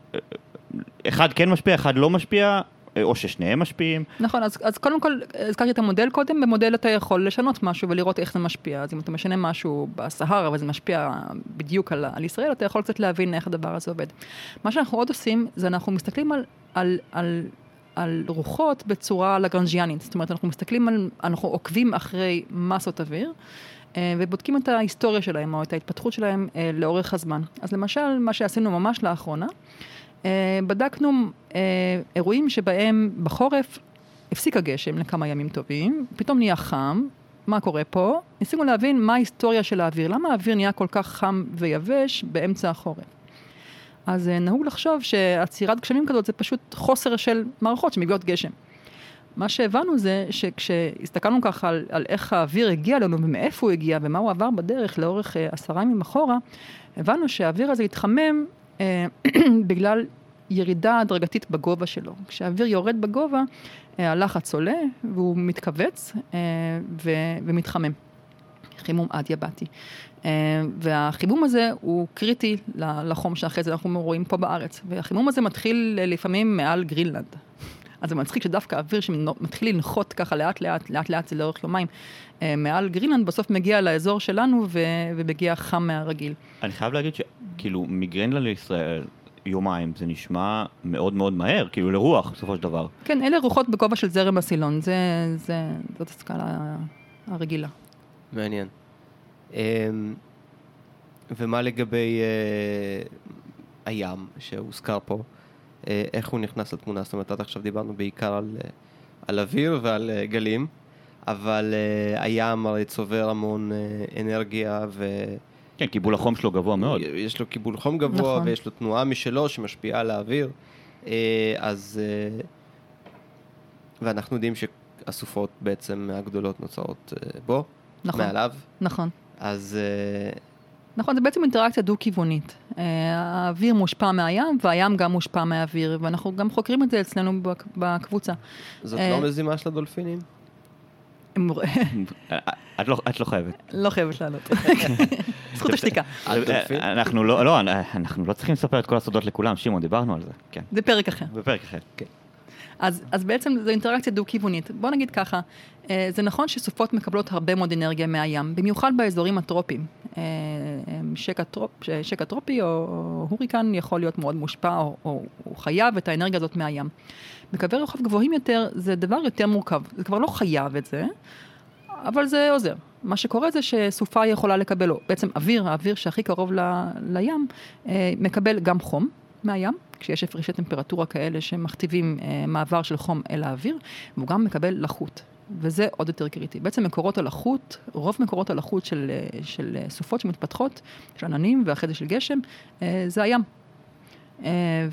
אחד כן משפיע, אחד לא משפיע, או ששניהם משפיעים.
נכון, אז, אז קודם כל, הזכרתי את המודל קודם, במודל אתה יכול לשנות משהו ולראות איך זה משפיע. אז אם אתה משנה משהו בסהרה, וזה משפיע בדיוק על, על ישראל, אתה יכול קצת להבין איך הדבר הזה עובד. מה שאנחנו עוד עושים, זה אנחנו מסתכלים על, על, על, על רוחות בצורה לגרנג'יאנית. זאת אומרת, אנחנו מסתכלים על, אנחנו עוקבים אחרי מסות אוויר, ובודקים את ההיסטוריה שלהם, או את ההתפתחות שלהם לאורך הזמן. אז למשל, מה שעשינו ממש לאחרונה, בדקנו אירועים שבהם בחורף הפסיק הגשם לכמה ימים טובים, פתאום נהיה חם, מה קורה פה? ניסינו להבין מה ההיסטוריה של האוויר, למה האוויר נהיה כל כך חם ויבש באמצע החורף. אז נהוג לחשוב שעצירת גשמים כזאת זה פשוט חוסר של מערכות שמביאות גשם. מה שהבנו זה שכשהסתכלנו ככה על, על איך האוויר הגיע לנו ומאיפה הוא הגיע ומה הוא עבר בדרך לאורך עשרה ימים אחורה, הבנו שהאוויר הזה התחמם בגלל ירידה הדרגתית בגובה שלו. כשהאוויר יורד בגובה, הלחץ עולה והוא מתכווץ ו- ומתחמם. חימום אדיאבטי. והחימום הזה הוא קריטי לחום שאחרי זה אנחנו רואים פה בארץ. והחימום הזה מתחיל לפעמים מעל גרינלנד. אז זה מצחיק שדווקא האוויר שמתחיל לנחות ככה לאט לאט, לאט לאט זה לאורך יומיים, מעל גרינלנד בסוף מגיע לאזור שלנו ו- ומגיע חם מהרגיל.
אני חייב להגיד שכאילו מגרינלנד לישראל יומיים זה נשמע מאוד מאוד מהר, כאילו לרוח בסופו של דבר.
כן, אלה רוחות בגובה של זרם הסילון, זה, זה, זאת הסקאלה הרגילה.
מעניין. ומה לגבי הים שהוזכר פה? איך הוא נכנס לתמונה? זאת אומרת, עד עכשיו דיברנו בעיקר על, על אוויר ועל גלים, אבל הים הרי צובר המון אנרגיה ו...
כן, קיבול החום שלו גבוה מאוד.
יש לו קיבול חום גבוה, נכון. ויש לו תנועה משלו שמשפיעה על האוויר. אז... ואנחנו יודעים שהסופות בעצם הגדולות נוצרות בו,
נכון.
מעליו.
נכון.
אז...
נכון, זה בעצם אינטראקציה דו-כיוונית. האוויר מושפע מהים, והים גם מושפע מהאוויר, ואנחנו גם חוקרים את זה אצלנו בקבוצה.
זאת לא מזימה של הדולפינים?
את לא חייבת.
לא חייבת לעלות. זכות השתיקה.
אנחנו לא, אנחנו לא צריכים לספר את כל הסודות לכולם, שמעון, דיברנו על זה.
זה פרק אחר.
בפרק אחר. כן.
אז, אז בעצם זו אינטראקציה דו-כיוונית. בוא נגיד ככה, זה נכון שסופות מקבלות הרבה מאוד אנרגיה מהים, במיוחד באזורים הטרופיים. שקע, טרופ, שקע טרופי או הוריקן יכול להיות מאוד מושפע, או, או, או חייב את האנרגיה הזאת מהים. בקווי רוחב גבוהים יותר, זה דבר יותר מורכב. זה כבר לא חייב את זה, אבל זה עוזר. מה שקורה זה שסופה יכולה לקבל, או בעצם אוויר, האוויר שהכי קרוב ל, לים, מקבל גם חום מהים, כשיש הפרשי טמפרטורה כאלה שמכתיבים אה, מעבר של חום אל האוויר, והוא גם מקבל לחות, וזה עוד יותר קריטי. בעצם מקורות הלחות, רוב מקורות הלחות של, של סופות שמתפתחות, של עננים ואחרי זה של גשם, אה, זה הים. אה,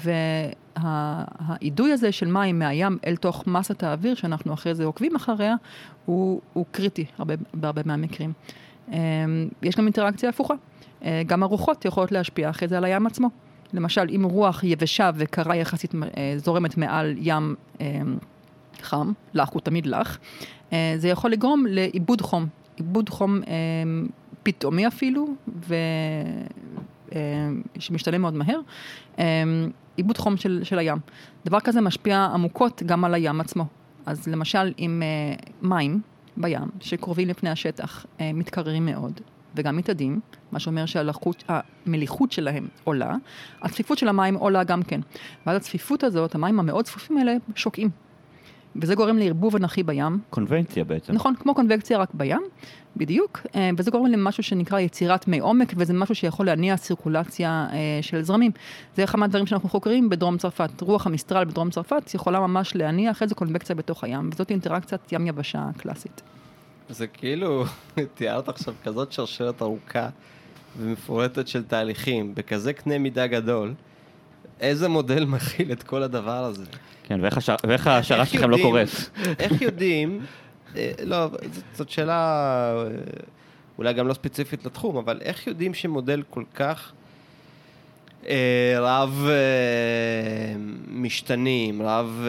והעידוי הזה של מים מהים אל תוך מסת האוויר, שאנחנו אחרי זה עוקבים אחריה, הוא, הוא קריטי הרבה, בהרבה מהמקרים. אה, יש גם אינטראקציה הפוכה. אה, גם הרוחות יכולות להשפיע אחרי זה על הים עצמו. למשל, אם רוח יבשה וקרה יחסית זורמת מעל ים חם, לח הוא תמיד לח, זה יכול לגרום לאיבוד חום, איבוד חום פתאומי אפילו, שמשתנה מאוד מהר, איבוד חום של, של הים. דבר כזה משפיע עמוקות גם על הים עצמו. אז למשל, אם מים בים, שקרובים לפני השטח, מתקררים מאוד, וגם מתאדים, מה שאומר שהמליחות שלהם עולה, הצפיפות של המים עולה גם כן. ואז הצפיפות הזאת, המים המאוד צפופים האלה, שוקעים. וזה גורם לערבוב אנכי בים.
קונבנציה בעצם.
נכון, כמו קונבקציה רק בים, בדיוק, וזה גורם למשהו שנקרא יצירת מי עומק, וזה משהו שיכול להניע סירקולציה של זרמים. זה אחד מהדברים שאנחנו חוקרים בדרום צרפת. רוח המסטרל בדרום צרפת יכולה ממש להניע אחרי זה קונבקציה בתוך הים, וזאת אינטראקציית ים יבשה קלאסית.
זה כאילו, תיארת עכשיו כזאת שרשרת ארוכה ומפורטת של תהליכים, בכזה קנה מידה גדול, איזה מודל מכיל את כל הדבר הזה?
כן, ואיך השערה שלכם לא קורס?
איך יודעים, לא, זאת שאלה אולי גם לא ספציפית לתחום, אבל איך יודעים שמודל כל כך רב משתנים, רב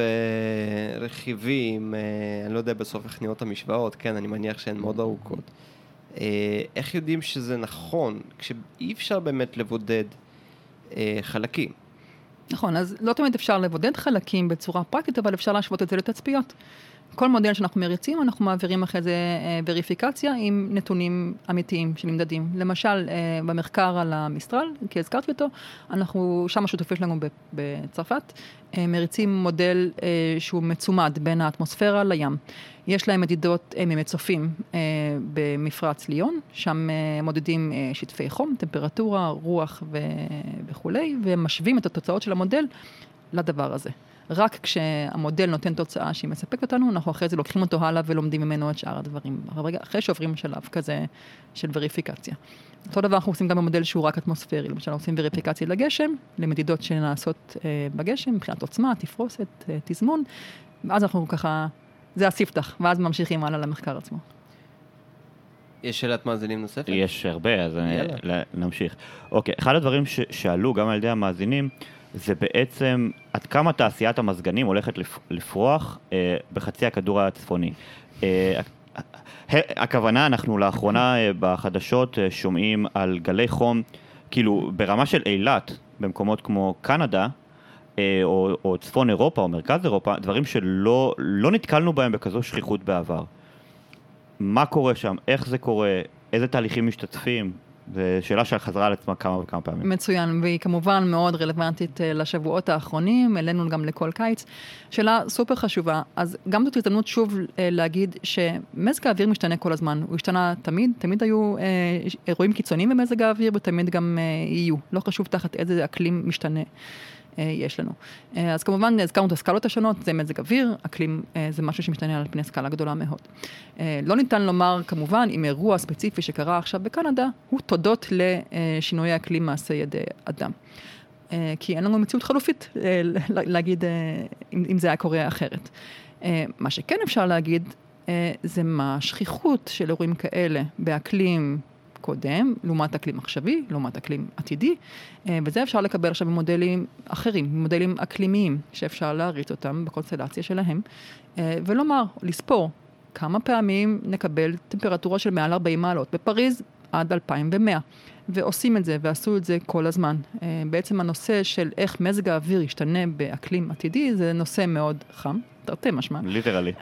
רכיבים, אני לא יודע בסוף איך נראות המשוואות, כן, אני מניח שהן מאוד ארוכות. איך יודעים שזה נכון, כשאי אפשר באמת לבודד חלקים?
נכון, אז לא תמיד אפשר לבודד חלקים בצורה פרקטית, אבל אפשר להשוות את זה לתצפיות. כל מודל שאנחנו מריצים, אנחנו מעבירים אחרי זה וריפיקציה עם נתונים אמיתיים שנמדדים. למשל, במחקר על המסטרל, כי הזכרתי אותו, אנחנו, שם השותפים שלנו בצרפת, מריצים מודל שהוא מצומד בין האטמוספירה לים. יש להם מדידות ממצופים במפרץ ליון, שם מודדים שטפי חום, טמפרטורה, רוח וכו', ומשווים את התוצאות של המודל לדבר הזה. רק כשהמודל נותן תוצאה שהיא מספקת אותנו, אנחנו אחרי זה לוקחים אותו הלאה ולומדים ממנו את שאר הדברים. אחרי שעוברים שלב כזה של וריפיקציה. אותו דבר אנחנו עושים גם במודל שהוא רק אטמוספרי. למשל, עושים וריפיקציה לגשם, למדידות שנעשות בגשם, מבחינת עוצמה, תפרוסת, תזמון, ואז אנחנו ככה, זה הספתח, ואז ממשיכים הלאה למחקר עצמו.
יש שאלת מאזינים נוספת?
יש הרבה, אז נמשיך. אוקיי, אחד הדברים שעלו גם על ידי המאזינים, זה בעצם עד כמה תעשיית המזגנים הולכת לפרוח אה, בחצי הכדור הצפוני. אה, הכוונה, אנחנו לאחרונה אה, בחדשות אה, שומעים על גלי חום, כאילו ברמה של אילת, במקומות כמו קנדה, אה, או, או צפון אירופה או מרכז אירופה, דברים שלא לא נתקלנו בהם בכזו שכיחות בעבר. מה קורה שם? איך זה קורה? איזה תהליכים משתתפים? זו שאלה שחזרה על עצמה כמה וכמה פעמים.
מצוין, והיא כמובן מאוד רלוונטית לשבועות האחרונים, אלינו גם לכל קיץ. שאלה סופר חשובה, אז גם זאת הזדמנות שוב להגיד שמזג האוויר משתנה כל הזמן, הוא השתנה תמיד, תמיד היו אירועים קיצוניים במזג האוויר, ותמיד גם יהיו, לא חשוב תחת איזה אקלים משתנה. יש לנו. אז כמובן, הזכרנו את הסקלות השונות, זה מזג אוויר, אקלים זה משהו שמשתנה על פני סקלה גדולה מאוד. לא ניתן לומר, כמובן, אם אירוע ספציפי שקרה עכשיו בקנדה, הוא תודות לשינוי האקלים מעשה ידי אדם. כי אין לנו מציאות חלופית להגיד אם זה היה קורה אחרת. מה שכן אפשר להגיד, זה מה השכיחות של אירועים כאלה באקלים קודם, לעומת אקלים עכשווי, לעומת אקלים עתידי, וזה אפשר לקבל עכשיו במודלים אחרים, במודלים אקלימיים, שאפשר להריץ אותם בקונסטלציה שלהם, ולומר, לספור כמה פעמים נקבל טמפרטורה של מעל ארבעים מעלות, בפריז עד אלפיים ומאה, ועושים את זה, ועשו את זה כל הזמן. בעצם הנושא של איך מזג האוויר ישתנה באקלים עתידי, זה נושא מאוד חם, תרתי משמע.
ליטרלי.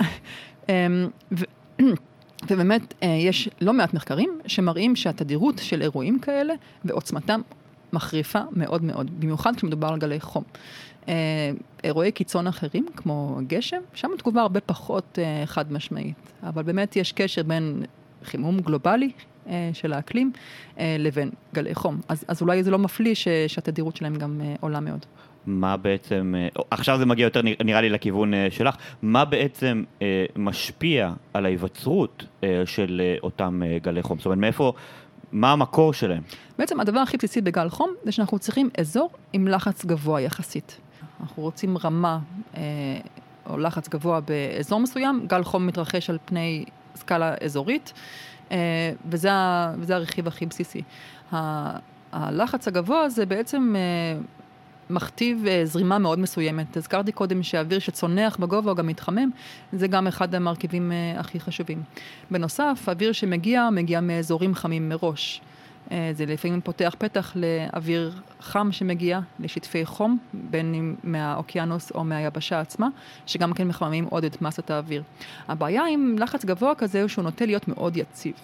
ובאמת יש לא מעט מחקרים שמראים שהתדירות של אירועים כאלה ועוצמתם מחריפה מאוד מאוד, במיוחד כשמדובר על גלי חום. אירועי קיצון אחרים, כמו גשם, שם תגובה הרבה פחות חד משמעית, אבל באמת יש קשר בין חימום גלובלי של האקלים לבין גלי חום. אז, אז אולי זה לא מפליא שהתדירות שלהם גם עולה מאוד.
מה בעצם, עכשיו זה מגיע יותר נראה לי לכיוון שלך, מה בעצם משפיע על ההיווצרות של אותם גלי חום? זאת אומרת, מאיפה, מה המקור שלהם?
בעצם הדבר הכי בסיסי בגל חום, זה שאנחנו צריכים אזור עם לחץ גבוה יחסית. אנחנו רוצים רמה או לחץ גבוה באזור מסוים, גל חום מתרחש על פני סקאלה אזורית, וזה, וזה הרכיב הכי בסיסי. הלחץ הגבוה זה בעצם מכתיב זרימה מאוד מסוימת. הזכרתי קודם שהאוויר שצונח בגובה או גם מתחמם, זה גם אחד המרכיבים הכי חשובים. בנוסף, האוויר שמגיע, מגיע מאזורים חמים מראש. זה לפעמים פותח פתח לאוויר חם שמגיע לשטפי חום, בין אם מהאוקיינוס או מהיבשה עצמה, שגם כן מחממים עוד את מסת האוויר. הבעיה עם לחץ גבוה כזה הוא שהוא נוטה להיות מאוד יציב.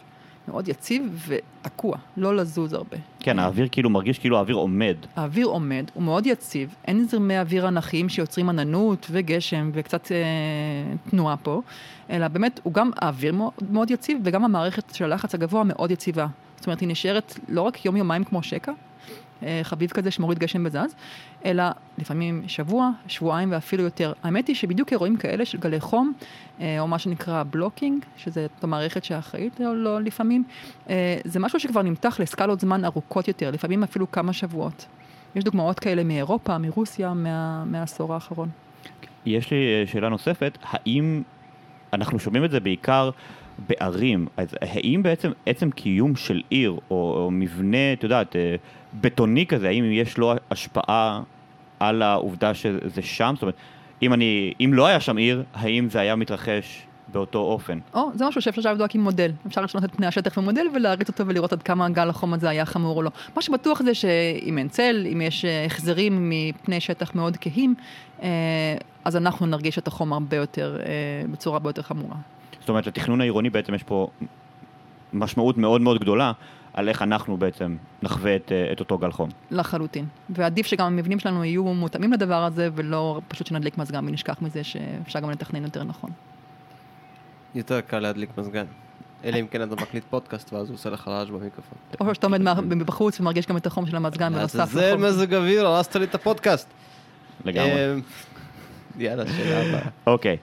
מאוד יציב ותקוע, לא לזוז הרבה.
כן, האוויר כאילו מרגיש כאילו האוויר עומד.
האוויר עומד, הוא מאוד יציב, אין זרמי אוויר אנכיים שיוצרים עננות וגשם וקצת אה, תנועה פה, אלא באמת הוא גם האוויר מאוד, מאוד יציב, וגם המערכת של הלחץ הגבוה מאוד יציבה. זאת אומרת, היא נשארת לא רק יום יומיים כמו שקע, חביב כזה שמוריד גשם בזז, אלא לפעמים שבוע, שבועיים ואפילו יותר. האמת היא שבדיוק אירועים כאלה של גלי חום, או מה שנקרא בלוקינג, שזה המערכת שהאחראית לו לפעמים, זה משהו שכבר נמתח לסקלות זמן ארוכות יותר, לפעמים אפילו כמה שבועות. יש דוגמאות כאלה מאירופה, מרוסיה, מה, מהעשור האחרון. יש
לי שאלה נוספת, האם אנחנו שומעים את זה בעיקר בערים, אז האם בעצם עצם קיום של עיר, או, או מבנה, אתה יודעת, בטוני כזה, האם יש לו השפעה על העובדה שזה שם? זאת אומרת, אם, אני, אם לא היה שם עיר, האם זה היה מתרחש באותו אופן? או,
זה משהו שאפשר לבדוק עם מודל. אפשר לשנות את פני השטח במודל ולהריץ אותו ולראות עד כמה גל החום הזה היה חמור או לא. מה שבטוח זה שאם אין צל, אם יש החזרים מפני שטח מאוד כהים, אז אנחנו נרגיש את החום הרבה יותר, בצורה הרבה יותר חמורה.
זאת אומרת, לתכנון העירוני בעצם יש פה משמעות מאוד מאוד גדולה על איך אנחנו בעצם נחווה את, את אותו גל חום.
לחלוטין. ועדיף שגם המבנים שלנו יהיו מותאמים לדבר הזה, ולא פשוט שנדליק מזגן ונשכח מזה שאפשר גם לתכנן יותר נכון. יותר
קל להדליק מזגן. אלא אם כן אתה מקליט פודקאסט, ואז הוא עושה לך רעש במיקרופון.
או שאתה עומד בחוץ ומרגיש גם את החום של המזגן בנוסף לחום.
זה מזג אוויר, הרסת לי את הפודקאסט.
לגמרי.
יאללה, שאלה הבאה.
אוקיי.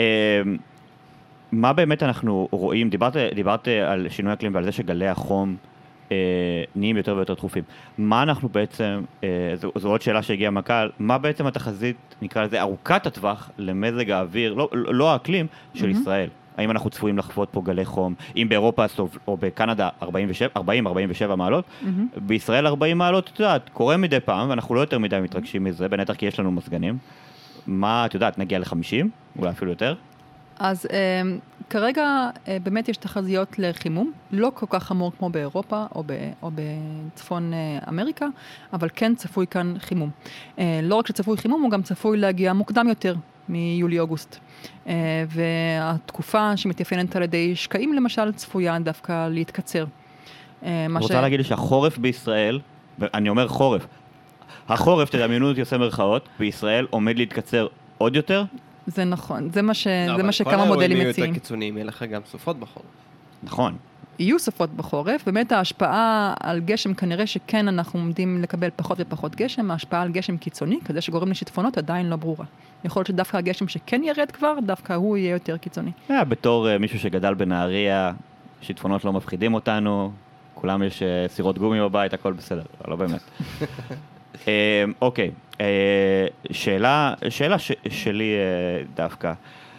מה באמת אנחנו רואים, דיברת, דיברת על שינוי אקלים ועל זה שגלי החום אה, נהיים יותר ויותר דחופים. מה אנחנו בעצם, אה, זו, זו עוד שאלה שהגיעה מהקהל, מה בעצם התחזית, נקרא לזה, ארוכת הטווח למזג האוויר, לא, לא האקלים, של mm-hmm. ישראל? האם אנחנו צפויים לחוות פה גלי חום, אם באירופה או בקנדה ארבעים ארבעים ושבע מעלות, mm-hmm. בישראל ארבעים מעלות, את יודעת, קורה מדי פעם, ואנחנו לא יותר מדי מתרגשים מזה, בין היתר כי יש לנו מזגנים. מה, את יודעת, נגיע ל-חמישים, אולי אפילו יותר?
אז אה, כרגע אה, באמת יש תחזיות לחימום, לא כל כך חמור כמו באירופה או, ב, או בצפון אה, אמריקה, אבל כן צפוי כאן חימום. אה, לא רק שצפוי חימום, הוא גם צפוי להגיע מוקדם יותר מיולי-אוגוסט. אה, והתקופה שמתייפיינת על ידי שקעים למשל צפויה דווקא להתקצר.
אה, אני רוצה ש... להגיד שהחורף בישראל, אני אומר חורף, החורף, תדמיינו אותי עושה מרכאות, בישראל עומד להתקצר עוד יותר?
זה נכון, זה מה, ש... לא, זה מה שכמה מודלים מציעים.
כל האירועים יהיו יותר קיצוניים, יהיה לך גם סופות בחורף.
נכון.
יהיו סופות בחורף, באמת ההשפעה על גשם כנראה שכן אנחנו עומדים לקבל פחות ופחות גשם, ההשפעה על גשם קיצוני, כזה שגורם לשיטפונות עדיין לא ברורה. יכול להיות שדווקא הגשם שכן ירד כבר, דווקא הוא יהיה יותר קיצוני.
Yeah, בתור uh, מישהו שגדל בנהריה, שיטפונות לא מפחידים אותנו, כולם יש uh, סירות גומי בבית, הכל בסדר, לא באמת. אוקיי, שאלה, שאלה ש, שלי דווקא.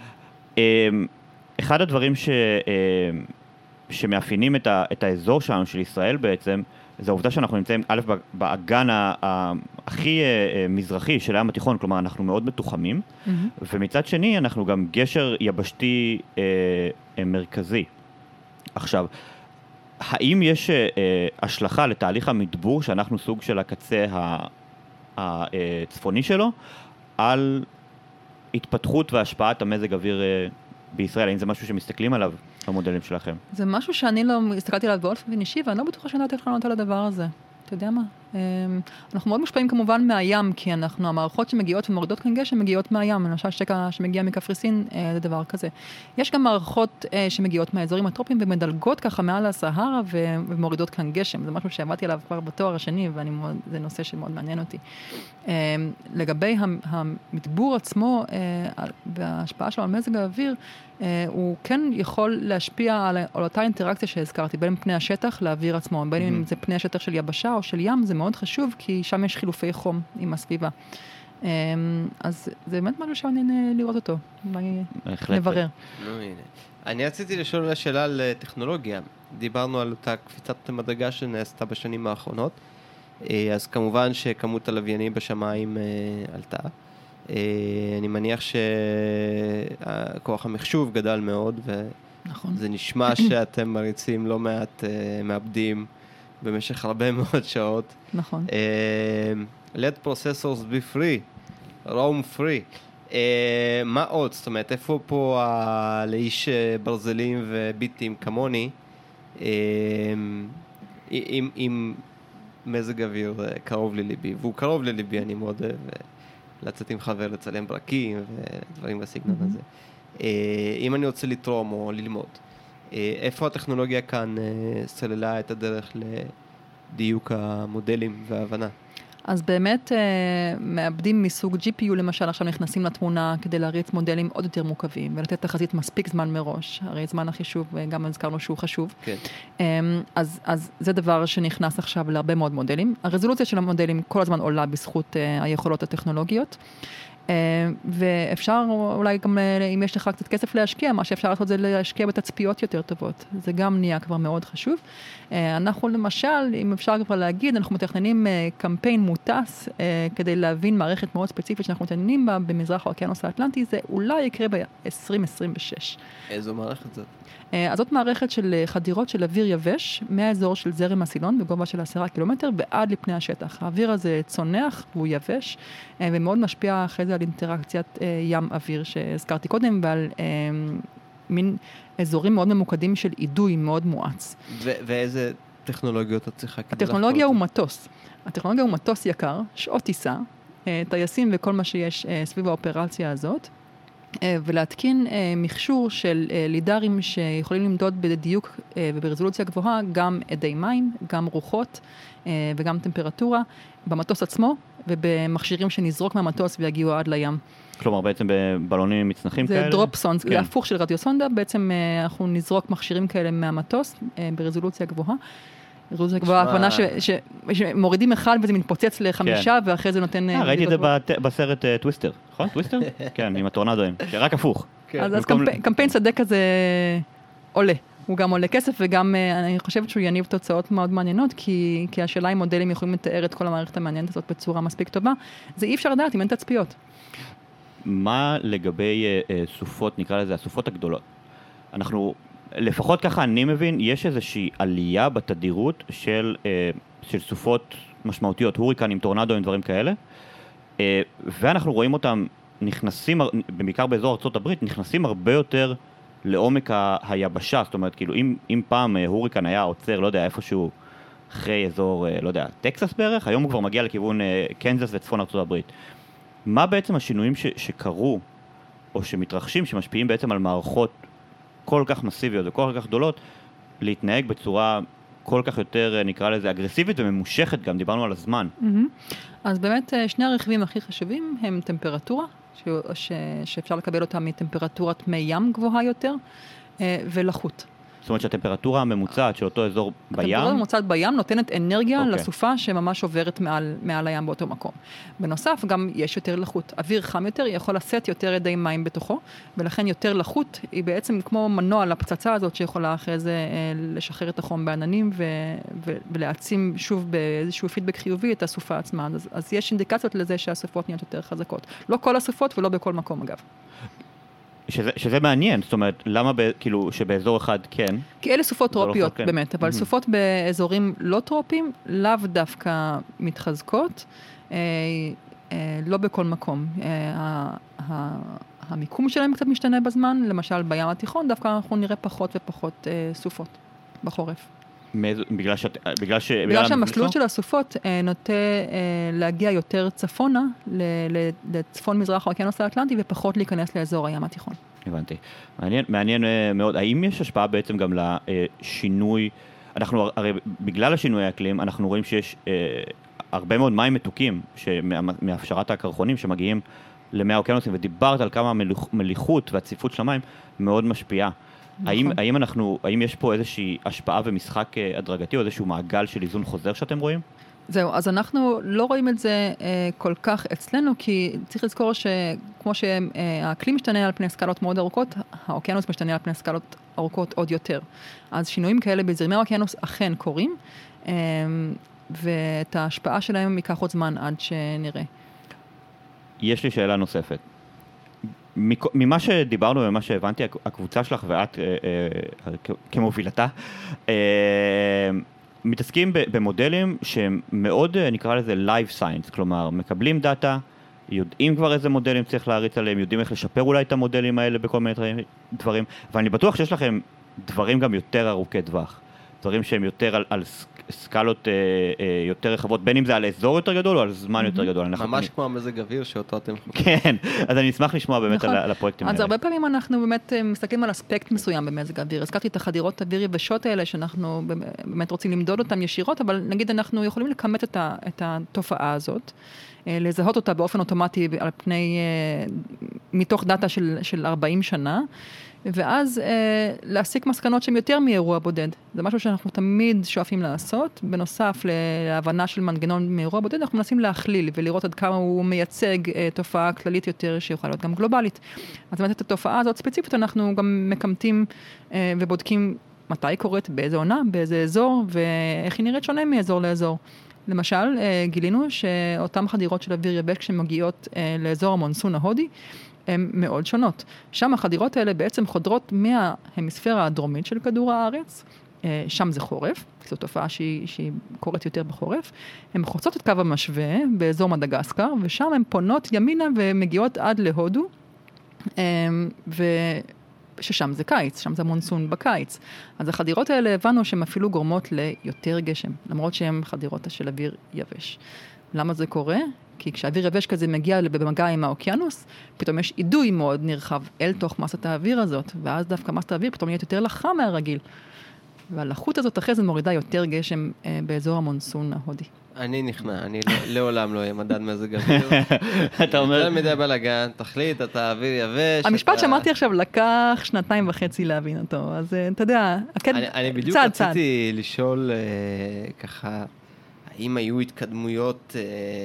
אחד הדברים ש, שמאפיינים את, ה, את האזור שלנו של ישראל בעצם, זה העובדה שאנחנו נמצאים א' באגן הכי מזרחי של הים התיכון, כלומר אנחנו מאוד מתוחמים, mm-hmm. ומצד שני אנחנו גם גשר יבשתי מרכזי. עכשיו, האם יש אה, השלכה לתהליך המדבור, שאנחנו סוג של הקצה הצפוני שלו, על התפתחות והשפעת המזג אוויר אה, בישראל? האם זה משהו שמסתכלים עליו במודלים שלכם?
זה משהו שאני לא הסתכלתי עליו באופן אישי, ואני לא בטוחה שאני יודעת איך לענות על הדבר הזה. אתה יודע מה? אנחנו מאוד מושפעים כמובן מהים, כי אנחנו, המערכות שמגיעות ומורידות כאן גשם מגיעות מהים, למשל שקע שמגיע מקפריסין, זה דבר כזה. יש גם מערכות שמגיעות מהאזורים הטרופיים ומדלגות ככה מעל הסהרה ומורידות כאן גשם. זה משהו שעבדתי עליו כבר בתואר השני, וזה נושא שמאוד מעניין אותי. לגבי המדבור עצמו וההשפעה שלו על מזג האוויר, הוא כן יכול להשפיע על, על אותה אינטראקציה שהזכרתי, בין פני השטח לאוויר עצמו, בין אם זה פני השטח של יבשה או של ים, זה מאוד חשוב, כי שם יש חילופי חום עם הסביבה. אז זה באמת משהו שעניין לראות אותו, נברר.
אני רציתי לשאול על השאלה על טכנולוגיה. דיברנו על אותה קפיצת מדרגה שנעשתה בשנים האחרונות, אז כמובן שכמות הלוויינים בשמיים עלתה. אני מניח שכוח המחשוב גדל מאוד, וזה נשמע שאתם מריצים לא מעט מעבדים במשך הרבה מאוד שעות.
נכון.
Let processors be free, roam free. מה עוד? זאת אומרת, איפה פה לאיש ברזלים וביטים כמוני, אם, אם מזג אוויר קרוב לליבי, והוא קרוב לליבי, אני מאוד אוהב לצאת עם חבר, לצלם ברקים ודברים בסגנון הזה. אם אני רוצה לתרום או ללמוד, איפה הטכנולוגיה כאן סללה את הדרך לדיוק המודלים וההבנה?
אז באמת מעבדים מסוג ג'י פי יו למשל עכשיו נכנסים לתמונה כדי להריץ מודלים עוד יותר מורכבים ולתת תחזית מספיק זמן מראש, הרי זמן החישוב גם הזכרנו שהוא חשוב.
כן.
אז, אז זה דבר שנכנס עכשיו להרבה מאוד מודלים. הרזולוציה של המודלים כל הזמן עולה בזכות היכולות הטכנולוגיות. ואפשר אולי גם אם יש לך קצת כסף להשקיע, מה שאפשר לעשות זה להשקיע בתצפיות יותר טובות. זה גם נהיה כבר מאוד חשוב. אנחנו למשל, אם אפשר כבר להגיד, אנחנו מתכננים קמפיין מוטס כדי להבין מערכת מאוד ספציפית שאנחנו מתכננים בה במזרח האוקיינוס האטלנטי, זה אולי יקרה ב-עשרים עשרים ושש.
איזו מערכת זאת?
אז זאת מערכת של חדירות של אוויר יבש, מהאזור של זרם הסילון, בגובה של עשרה קילומטר, ועד לפני השטח. האוויר הזה צונח, והוא יבש, ומאוד משפיע אחרי זה על אינטראקציית ים אוויר שהזכרתי קודם, ועל מין אזורים מאוד ממוקדים של עידוי מאוד מואץ.
ואיזה טכנולוגיות את צריכה?
הטכנולוגיה הוא מטוס. הטכנולוגיה הוא מטוס יקר, שעות טיסה, טייסים וכל מה שיש סביב האופרציה הזאת, ולהתקין מכשור של לידרים שיכולים למדוד בדיוק וברזולוציה גבוהה גם עדי מים, גם רוחות וגם טמפרטורה במטוס עצמו ובמכשירים שנזרוק מהמטוס ויגיעו עד לים.
כלומר בעצם בבלונים מצנחים
זה
כאלה?
זה דרופסונס, זה הפוך של רדיוסונדה, בעצם אנחנו נזרוק מכשירים כאלה מהמטוס ברזולוציה גבוהה. רזולוציה גבוהה, הכוונה שמורידים אחד וזה מתפוצץ לחמישה ואחרי זה נותן...
ראיתי את זה בסרט טוויסטר, נכון? טוויסטר? כן, עם הטורנדואים, שרק הפוך.
אז קמפיין שדה כזה עולה. הוא גם עולה כסף וגם אני חושבת שהוא יניב תוצאות מאוד מעניינות, כי השאלה אם מודלים יכולים לתאר את כל המערכת המעניינת הזאת בצורה מספיק טובה, זה אי אפשר לדעת אם אין תצפיות.
מה לגבי סופות, נקרא לזה, הסופות הגדולות? אנחנו... לפחות ככה אני מבין, יש איזושהי עלייה בתדירות של, אה, של סופות משמעותיות, הוריקנים, טורנדואים, דברים כאלה, אה, ואנחנו רואים אותם נכנסים, בעיקר באזור ארצות הברית, נכנסים הרבה יותר לעומק ה- היבשה, זאת אומרת, כאילו, אם, אם פעם אה, הוריקן היה עוצר, לא יודע, איפשהו אחרי אזור, אה, לא יודע, טקסס בערך, היום הוא כבר מגיע לכיוון אה, קנזס וצפון ארצות הברית. מה בעצם השינויים ש- שקרו, או שמתרחשים, שמשפיעים בעצם על מערכות כל כך מסיביות וכל כך גדולות, להתנהג בצורה כל כך יותר, נקרא לזה, אגרסיבית וממושכת, גם דיברנו על הזמן.
אז באמת שני הרכיבים הכי חשובים הם טמפרטורה, ש... שאפשר לקבל אותה מטמפרטורת מי ים גבוהה יותר, ולחות.
זאת אומרת שהטמפרטורה הממוצעת של אותו אזור בים...
הטמפרטורה הממוצעת בים נותנת אנרגיה okay. לסופה שממש עוברת מעל, מעל הים באותו מקום. בנוסף, גם יש יותר לחות. אוויר חם יותר יכול לשאת יותר ידי מים בתוכו, ולכן יותר לחות היא בעצם כמו מנוע לפצצה הזאת שיכולה אחרי זה אה, לשחרר את החום בעננים ו, ו, ולהעצים שוב באיזשהו פידבק חיובי את הסופה עצמה. אז, אז יש אינדיקציות לזה שהסופות נהיות יותר חזקות. לא כל הסופות ולא בכל מקום אגב.
שזה, שזה מעניין, זאת אומרת, למה ב, כאילו שבאזור אחד כן?
כי אלה סופות טרופיות כן. באמת, אבל mm-hmm. סופות באזורים לא טרופיים, לאו דווקא מתחזקות, אה, אה, לא בכל מקום. אה, ה, המיקום שלהם קצת משתנה בזמן, למשל בים התיכון, דווקא אנחנו נראה פחות ופחות אה, סופות בחורף.
מאיזו, בגלל, שאת, בגלל, ש,
בגלל, בגלל שהמסלול של הסופות אה, נוטה אה, להגיע יותר צפונה, ל, ל, לצפון מזרח האוקיינוס האטלנטי, ופחות להיכנס לאזור הים התיכון.
הבנתי. מעניין, מעניין מאוד. האם יש השפעה בעצם גם לשינוי, אנחנו הרי בגלל השינוי האקלים, אנחנו רואים שיש אה, הרבה מאוד מים מתוקים, מהפשרת הקרחונים שמגיעים למי האוקיינוסים, ודיברת על כמה המליחות והצפיפות של המים מאוד משפיעה. האם, האם אנחנו, האם יש פה איזושהי השפעה ומשחק הדרגתי, או איזשהו מעגל של איזון חוזר שאתם רואים?
זהו, אז אנחנו לא רואים את זה אה, כל כך אצלנו, כי צריך לזכור שכמו שהאקלים משתנה על פני סקלות מאוד ארוכות, האוקיינוס משתנה על פני סקלות ארוכות עוד יותר. אז שינויים כאלה בזרמי האוקיינוס אכן קורים, אה, ואת ההשפעה שלהם ייקח עוד זמן עד שנראה.
יש לי שאלה נוספת. ממה שדיברנו וממה שהבנתי, הקבוצה שלך ואת אה, אה, כמובילתה, אה, מתעסקים במודלים שהם מאוד, נקרא לזה, live science, כלומר, מקבלים דאטה, יודעים כבר איזה מודלים צריך להריץ עליהם, יודעים איך לשפר אולי את המודלים האלה בכל מיני דברים, ואני בטוח שיש לכם דברים גם יותר ארוכי טווח. דברים שהם יותר על, על סקלות אה, אה, יותר רחבות, בין אם זה על אזור יותר גדול או על זמן יותר גדול.
ממש כמו המזג אוויר שאותו אתם...
כן, אז אני אשמח לשמוע באמת על הפרויקטים האלה.
אז הרבה פעמים אנחנו באמת מסתכלים על אספקט מסוים במזג האוויר. הזכרתי את החדירות אוויר יבשות האלה, שאנחנו באמת רוצים למדוד אותן ישירות, אבל נגיד אנחנו יכולים לכמת את התופעה הזאת, לזהות אותה באופן אוטומטי על פני, מתוך דאטה של, של ארבעים שנה, ואז אה, להסיק מסקנות שהן יותר מאירוע בודד. זה משהו שאנחנו תמיד שואפים לעשות. בנוסף להבנה של מנגנון מאירוע בודד, אנחנו מנסים להכליל ולראות עד כמה הוא מייצג אה, תופעה כללית יותר שיכולה להיות גם גלובלית. אז באמת את התופעה הזאת ספציפית אנחנו גם מקמתים אה, ובודקים מתי היא קורית, באיזה עונה, באיזה אזור, ואיך היא נראית שונה מאזור לאזור. למשל, אה, גילינו שאותן חדירות של אוויר יבש כשמגיעות אה, לאזור המונסון ההודי, הן מאוד שונות. שם החדירות האלה בעצם חודרות מההמיספירה הדרומית של כדור הארץ, שם זה חורף, זו תופעה שהיא, שהיא קורית יותר בחורף, הן חוצות את קו המשווה באזור מדגסקר, ושם הן פונות ימינה ומגיעות עד להודו, וששם זה קיץ, שם זה מונסון בקיץ. אז החדירות האלה הבנו שהן אפילו גורמות ליותר גשם, למרות שהן חדירות של אוויר יבש. למה זה קורה? כי כשהאוויר יבש כזה מגיע במגע עם האוקיינוס, פתאום יש אידוי מאוד נרחב אל תוך מסת האוויר הזאת, ואז דווקא מסת האוויר פתאום נהיית יותר לחה מהרגיל. והלחות הזאת אחרי זה מורידה יותר גשם אה, באזור המונסון ההודי.
אני נכנע, אני לעולם לא אהיה מדד מזג אוויר.
אתה אומר...
יותר מדי בלגן, תחליט, אתה אוויר יבש.
המשפט שאמרתי עכשיו לקח שנתיים וחצי להבין אותו, אז אתה יודע,
אני בדיוק רציתי לשאול ככה, האם היו התקדמויות,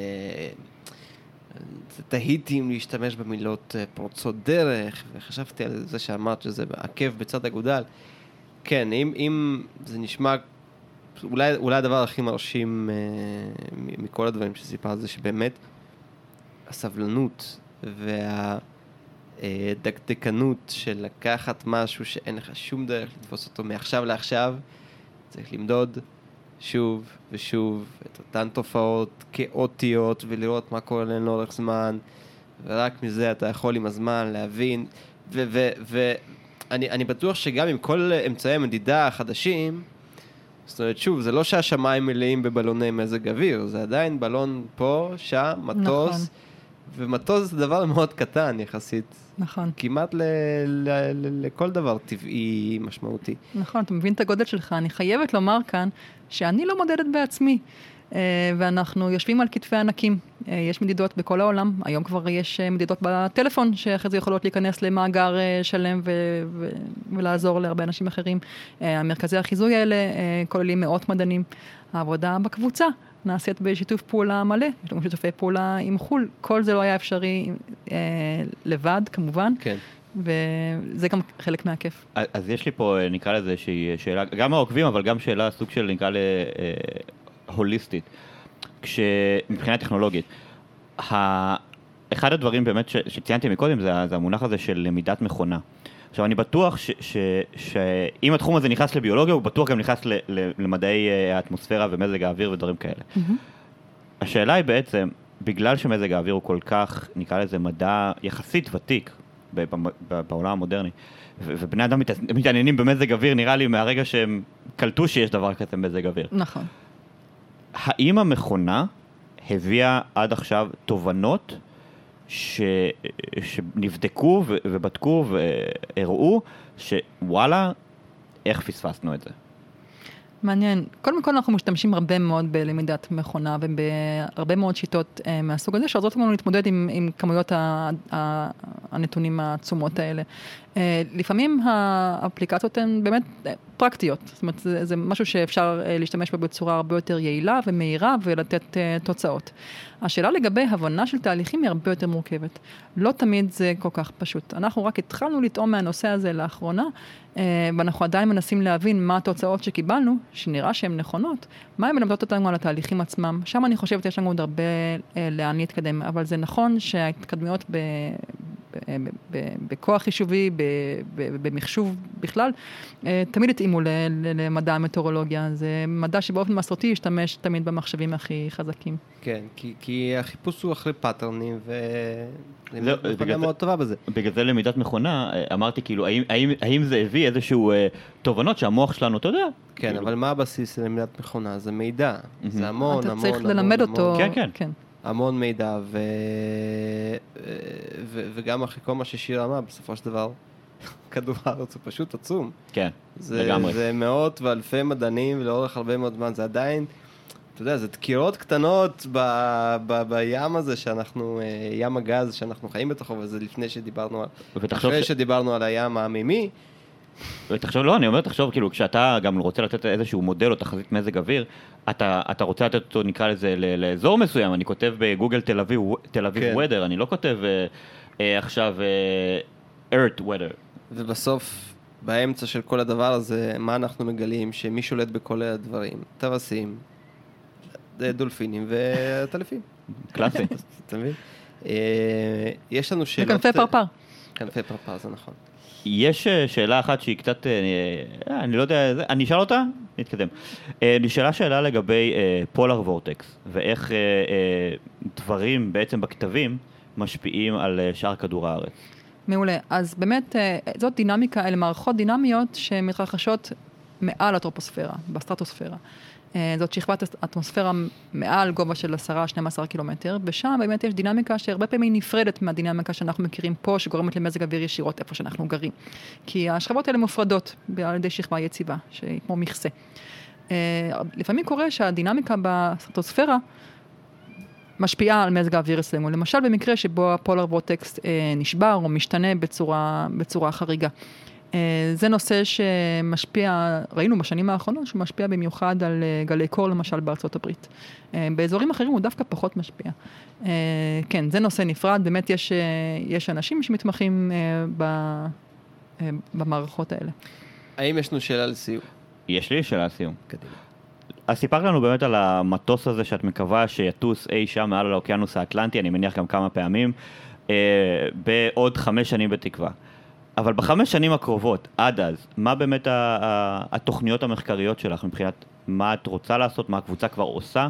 תהיתי אם להשתמש במילות פורצות דרך, וחשבתי על זה שאמרת שזה עקב בצד אגודל. כן, אם, אם זה נשמע, אולי, אולי הדבר הכי מרשים מכל הדברים שסיפרת זה שבאמת הסבלנות והדקדקנות של לקחת משהו שאין לך שום דרך לתפוס אותו מעכשיו לעכשיו, צריך למדוד שוב ושוב את אותן תופעות כאוטיות ולראות מה קורה להן לאורך זמן, ורק מזה אתה יכול עם הזמן להבין, ואני אני בטוח שגם עם כל אמצעי המדידה החדשים, זאת אומרת, שוב, זה לא שהשמיים מלאים בבלוני מזג אוויר, זה עדיין בלון פה, שם, מטוס, נכון. ומטוס זה דבר מאוד קטן יחסית.
נכון.
כמעט ל- ל- ל- לכל דבר טבעי משמעותי.
נכון, אתה מבין את הגודל שלך. אני חייבת לומר כאן שאני לא מודדת בעצמי, ואנחנו יושבים על כתפי ענקים. יש מדידות בכל העולם, היום כבר יש מדידות בטלפון, שאחרי זה יכולות להיכנס למאגר שלם ו- ו- ולעזור להרבה אנשים אחרים. המרכזי החיזוי האלה כוללים מאות מדענים. העבודה בקבוצה נעשית בשיתוף פעולה מלא, יש לנו שיתופי פעולה עם חול, כל זה לא היה אפשרי אה, לבד כמובן,
כן.
וזה גם חלק מהכיף.
אז יש לי פה, נקרא לזה, שהיא שאלה, גם העוקבים, אבל גם שאלה סוג של, נקרא לה, אה, הוליסטית, כשמבחינה טכנולוגית, ה... אחד הדברים באמת ש... שציינתי מקודם, זה, זה המונח הזה של למידת מכונה. עכשיו, אני בטוח ש, ש, שאם התחום הזה נכנס לביולוגיה, הוא בטוח גם נכנס ל, ל, למדעי האטמוספירה ומזג האוויר ודברים כאלה. Mm-hmm. השאלה היא בעצם, בגלל שמזג האוויר הוא כל כך, נקרא לזה מדע יחסית ותיק בעולם המודרני, ו- ובני אדם מת, מתעניינים במזג אוויר, נראה לי מהרגע שהם קלטו שיש דבר כזה מזג אוויר.
נכון.
האם המכונה הביאה עד עכשיו תובנות ש... שנבדקו ו... ובדקו והראו שוואלה, איך פספסנו את זה?
מעניין. קודם כל אנחנו משתמשים הרבה מאוד בלמידת מכונה ובהרבה מאוד שיטות אה, מהסוג הזה, שעוזרות לנו להתמודד עם, עם כמויות ה... ה... הנתונים העצומות האלה. אה, לפעמים האפליקציות הן באמת פרקטיות. זאת אומרת, זה, זה משהו שאפשר אה, להשתמש בה בצורה הרבה יותר יעילה ומהירה ולתת אה, תוצאות. השאלה לגבי הבנה של תהליכים היא הרבה יותר מורכבת. לא תמיד זה כל כך פשוט. אנחנו רק התחלנו לטעום מהנושא הזה לאחרונה, ואנחנו עדיין מנסים להבין מה התוצאות שקיבלנו, שנראה שהן נכונות, מה הן מלמדות אותנו על התהליכים עצמם. שם אני חושבת יש לנו עוד הרבה לאן להתקדם, אבל זה נכון שההתקדמויות בכוח חישובי, במחשוב בכלל, תמיד התאימו למדע המטאורולוגיה. זה מדע שבאופן מסורתי ישתמש תמיד במחשבים הכי חזקים.
כן, כי החיפוש הוא אחרי פאטרנים, ולמידת מכונה מאוד טובה בזה.
בגלל זה למידת מכונה, אמרתי כאילו, האם זה הביא איזשהו תובנות שהמוח שלנו, אתה יודע?
כן, אבל מה הבסיס ללמידת מכונה? זה מידע. זה המון, המון, המון.
אתה צריך ללמד אותו.
כן, כן.
כן.
המון מידע, ו... ו... וגם אחרי כל מה ששיר אמר, בסופו של דבר, כדור הארץ הוא פשוט עצום.
כן,
זה,
לגמרי.
זה מאות ואלפי מדענים לאורך הרבה מאוד זמן, זה עדיין, אתה יודע, זה דקירות קטנות ב... ב... בים הזה שאנחנו, ים הגז שאנחנו חיים בתוכו, וזה לפני שדיברנו על... אחרי ש... שדיברנו על הים העמימי.
ותחשוב, לא, אני אומר, תחשוב, כאילו, כשאתה גם רוצה לתת איזשהו מודל או תחזית מזג אוויר, אתה, אתה רוצה לתת אותו, נקרא לזה, לאזור מסוים. אני כותב בגוגל תל אביב, תל אביב
כן.
weather, אני לא כותב אה, אה, עכשיו אה, earth weather.
ובסוף, באמצע של כל הדבר הזה, מה אנחנו מגלים? שמי שולט בכל הדברים? טווסים, דולפינים וטלפים.
קלאסי.
אתה מבין? אה, יש לנו שאלות...
וכנפי פרפר.
כנפי פרפר, זה נכון.
יש שאלה אחת שהיא קצת, אני לא יודע, אני אשאל אותה, נתקדם. נשאלה שאלה לגבי פולר וורטקס, ואיך דברים בעצם בכתבים משפיעים על שאר כדור הארץ.
מעולה. אז באמת, זאת דינמיקה, אלה מערכות דינמיות שמתרחשות מעל הטרופוספירה, בסטרטוספירה. זאת שכבת אטמוספירה מעל גובה של עשרה שנים עשר קילומטר, ושם באמת יש דינמיקה שהרבה פעמים נפרדת מהדינמיקה שאנחנו מכירים פה, שגורמת למזג אוויר ישירות איפה שאנחנו גרים. כי השכבות האלה מופרדות על ידי שכבה יציבה, שהיא כמו מכסה. לפעמים קורה שהדינמיקה בסטרטוספירה משפיעה על מזג האוויר אצלנו. למשל במקרה שבו הפולר וורטקס נשבר או משתנה בצורה, בצורה חריגה. זה נושא שמשפיע, ראינו בשנים האחרונות, שהוא משפיע במיוחד על גלי קור, למשל בארצות הברית. באזורים אחרים הוא דווקא פחות משפיע. כן, זה נושא נפרד, באמת יש, יש אנשים שמתמחים במערכות האלה.
האם יש לנו שאלה לסיום? יש
לי שאלה לסיום.
קדימה.
אז סיפרת לנו באמת על המטוס הזה שאת מקווה שיטוס אי שם מעל האוקיינוס האטלנטי, אני מניח גם כמה פעמים, בעוד חמש שנים בתקווה. אבל בחמש שנים הקרובות, עד אז, מה באמת התוכניות המחקריות שלך מבחינת מה את רוצה לעשות, מה הקבוצה כבר עושה,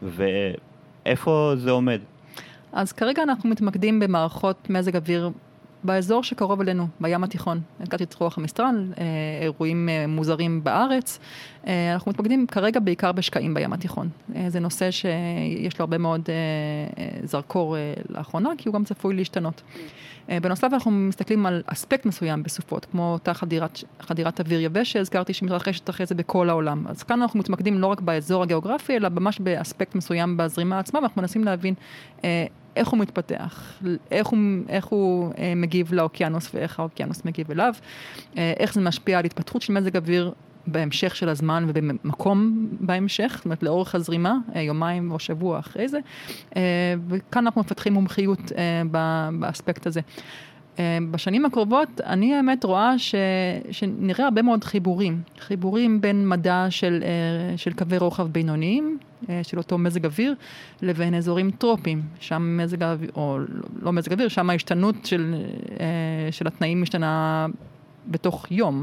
ואיפה זה עומד?
אז כרגע אנחנו מתמקדים במערכות מזג אוויר באזור שקרוב אלינו, בים התיכון. הקלטתי את רוח המסטרל, אירועים מוזרים בארץ. אנחנו מתמקדים כרגע בעיקר בשקעים בים התיכון. זה נושא שיש לו הרבה מאוד זרקור לאחרונה, כי הוא גם צפוי להשתנות. בנוסף אנחנו מסתכלים על אספקט מסוים בסופות, כמו אותה חדירת, חדירת אוויר יבש שהזכרתי שמתרחשת אחרי זה בכל העולם. אז כאן אנחנו מתמקדים לא רק באזור הגיאוגרפי, אלא ממש באספקט מסוים בזרימה עצמה, ואנחנו מנסים להבין איך הוא מתפתח, איך הוא, איך הוא מגיב לאוקיינוס ואיך האוקיינוס מגיב אליו, איך זה משפיע על התפתחות של מזג אוויר בהמשך של הזמן ובמקום בהמשך, זאת אומרת לאורך הזרימה, יומיים או שבוע אחרי זה, וכאן אנחנו מפתחים מומחיות באספקט הזה. בשנים הקרובות אני האמת רואה ש, שנראה הרבה מאוד חיבורים, חיבורים בין מדע של, של קווי רוחב בינוניים, של אותו מזג אוויר, לבין אזורים טרופיים, שם מזג אוויר, או לא מזג אוויר, שם ההשתנות של, של התנאים משתנה בתוך יום.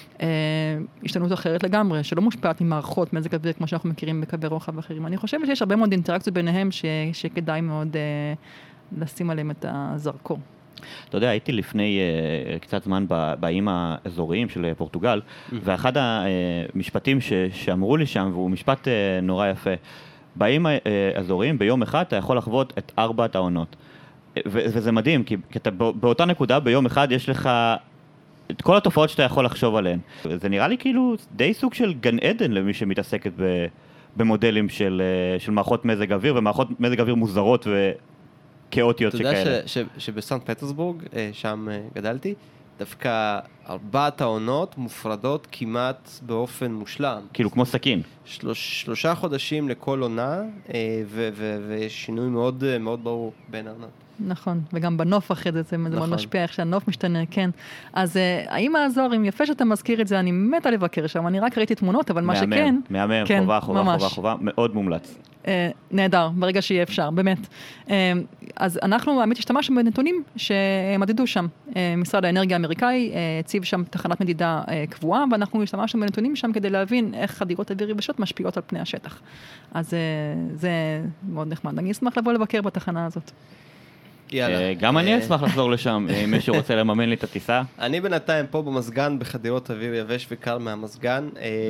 השתנות אחרת לגמרי, שלא מושפעת ממערכות מזג אוויר, כמו שאנחנו מכירים בקווי רוחב אחרים. אני חושבת שיש הרבה מאוד אינטראקציות ביניהם, ש, שכדאי מאוד לשים עליהם את הזרקור.
אתה יודע, הייתי לפני uh, קצת זמן באיים האזוריים של פורטוגל, mm-hmm. ואחד המשפטים ש, שאמרו לי שם, והוא משפט uh, נורא יפה, באיים האזוריים ביום אחד אתה יכול לחוות את ארבעת העונות. ו- וזה מדהים, כי, כי אתה באותה נקודה ביום אחד יש לך את כל התופעות שאתה יכול לחשוב עליהן. זה נראה לי כאילו די סוג של גן עדן למי שמתעסקת ב- במודלים של, uh, של מערכות מזג אוויר, ומערכות מזג אוויר מוזרות ו... כאוטיות שכאלה.
אתה יודע ש, ש, שבסנט פטרסבורג, שם גדלתי, דווקא ארבעת העונות מופרדות כמעט באופן מושלם.
כאילו כמו סכין.
שלוש, שלושה חודשים לכל עונה, ו, ו, ויש שינוי מאוד, מאוד ברור בין העונות.
נכון, וגם בנוף אחרי זה, זה מאוד משפיע איך שהנוף משתנה, כן. אז האם האזור, אם יפה שאתה מזכיר את זה, אני מתה לבקר שם, אני רק ראיתי תמונות, אבל מה שכן...
מהמם, חובה, חובה, חובה, חובה, מאוד מומלץ.
נהדר, ברגע שיהיה אפשר, באמת. אז אנחנו, האמת, השתמשנו בנתונים שמדדו שם. משרד האנרגיה האמריקאי הציב שם תחנת מדידה קבועה, ואנחנו השתמשנו בנתונים שם כדי להבין איך חדירות אוויר יבשות משפיעות על פני השטח. אז זה מאוד נחמד. אני אשמח לבוא לבקר בתחנה הזאת.
יאללה.
גם אני אשמח לחזור לשם, אם מישהו רוצה לממן לי את הטיסה.
אני בינתיים פה במסגן, בחדירות אוויר יבש וקר מהמסגן,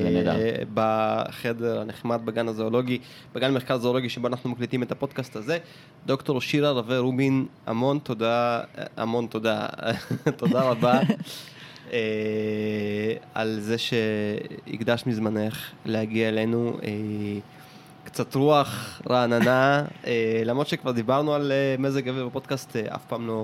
בחדר הנחמד בגן הזואולוגי, בגן מחקר זואולוגי שבו אנחנו מקליטים את הפודקאסט הזה. דוקטור שירה רווה רובין, המון תודה, המון תודה, תודה רבה על זה שהקדשת מזמנך להגיע אלינו. קצת רוח רעננה, למרות שכבר דיברנו על מזג אוויר בפודקאסט, אף פעם לא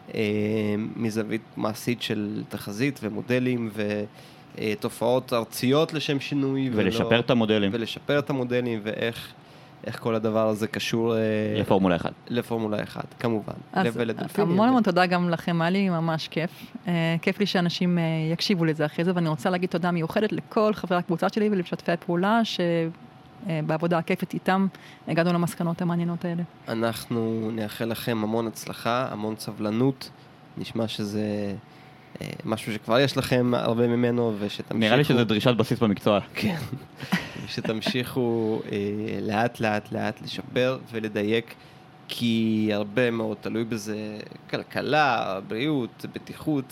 מזווית מעשית של תחזית ומודלים ותופעות ארציות לשם שינוי.
ולשפר את המודלים.
ולשפר את המודלים ואיך איך כל הדבר הזה קשור
לפורמולה אחת.
לפורמולה אחת, כמובן.
אז המון המון תודה גם לכם, היה לי ממש כיף. כיף לי שאנשים יקשיבו לזה אחרי זה, ואני רוצה להגיד תודה מיוחדת לכל חברי הקבוצה שלי ולמשתפי הפעולה ש... בעבודה הכיפת איתם, הגענו למסקנות המעניינות האלה.
אנחנו נאחל לכם המון הצלחה, המון סבלנות, נשמע שזה משהו שכבר יש לכם הרבה ממנו, ושתמשיכו...
נראה לי שזה דרישת בסיס במקצוע.
כן, ושתמשיכו לאט לאט לאט לשפר ולדייק, כי הרבה מאוד תלוי בזה, כלכלה, בריאות, בטיחות,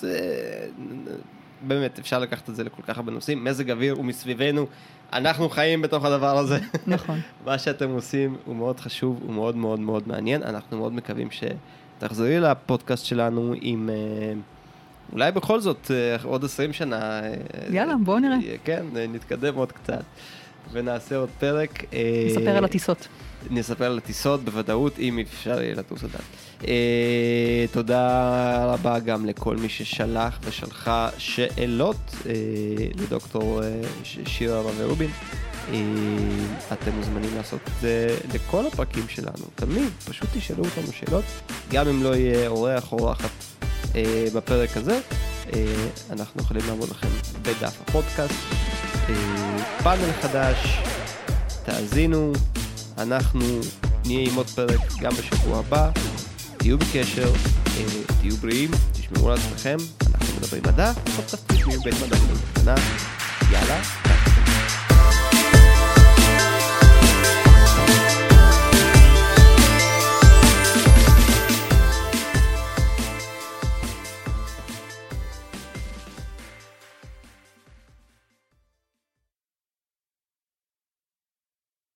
באמת אפשר לקחת את זה לכל כך הרבה נושאים, מזג אוויר הוא מסביבנו, אנחנו חיים בתוך הדבר הזה.
נכון.
מה שאתם עושים הוא מאוד חשוב, הוא מאוד מאוד מאוד מעניין. אנחנו מאוד מקווים שתחזרי לפודקאסט שלנו עם, אולי בכל זאת, עוד עשרים שנה.
יאללה, בואו נראה.
כן, נתקדם עוד קצת ונעשה עוד פרק.
נספר על הטיסות.
נספר על הטיסות בוודאות, אם אפשר יהיה לטוס עדיין. אה, תודה רבה גם לכל מי ששלח ושלחה שאלות אה, לדוקטור אה, שירה רווה רובין. אה, אתם מוזמנים לעשות את זה לכל הפרקים שלנו, תמיד, פשוט תשאלו אותנו שאלות, גם אם לא יהיה אורח או אורחת אה, בפרק הזה, אה, אנחנו יכולים לעבוד לכם בדף הפודקאסט. אה, פאנל חדש, תאזינו, אנחנו נהיה עם עוד פרק גם בשבוע הבא. תהיו בקשר, תהיו בריאים, תשמעו על עצמכם, אנחנו מדברים מדע, פודקאסט תשמעו בית מדע, יאללה.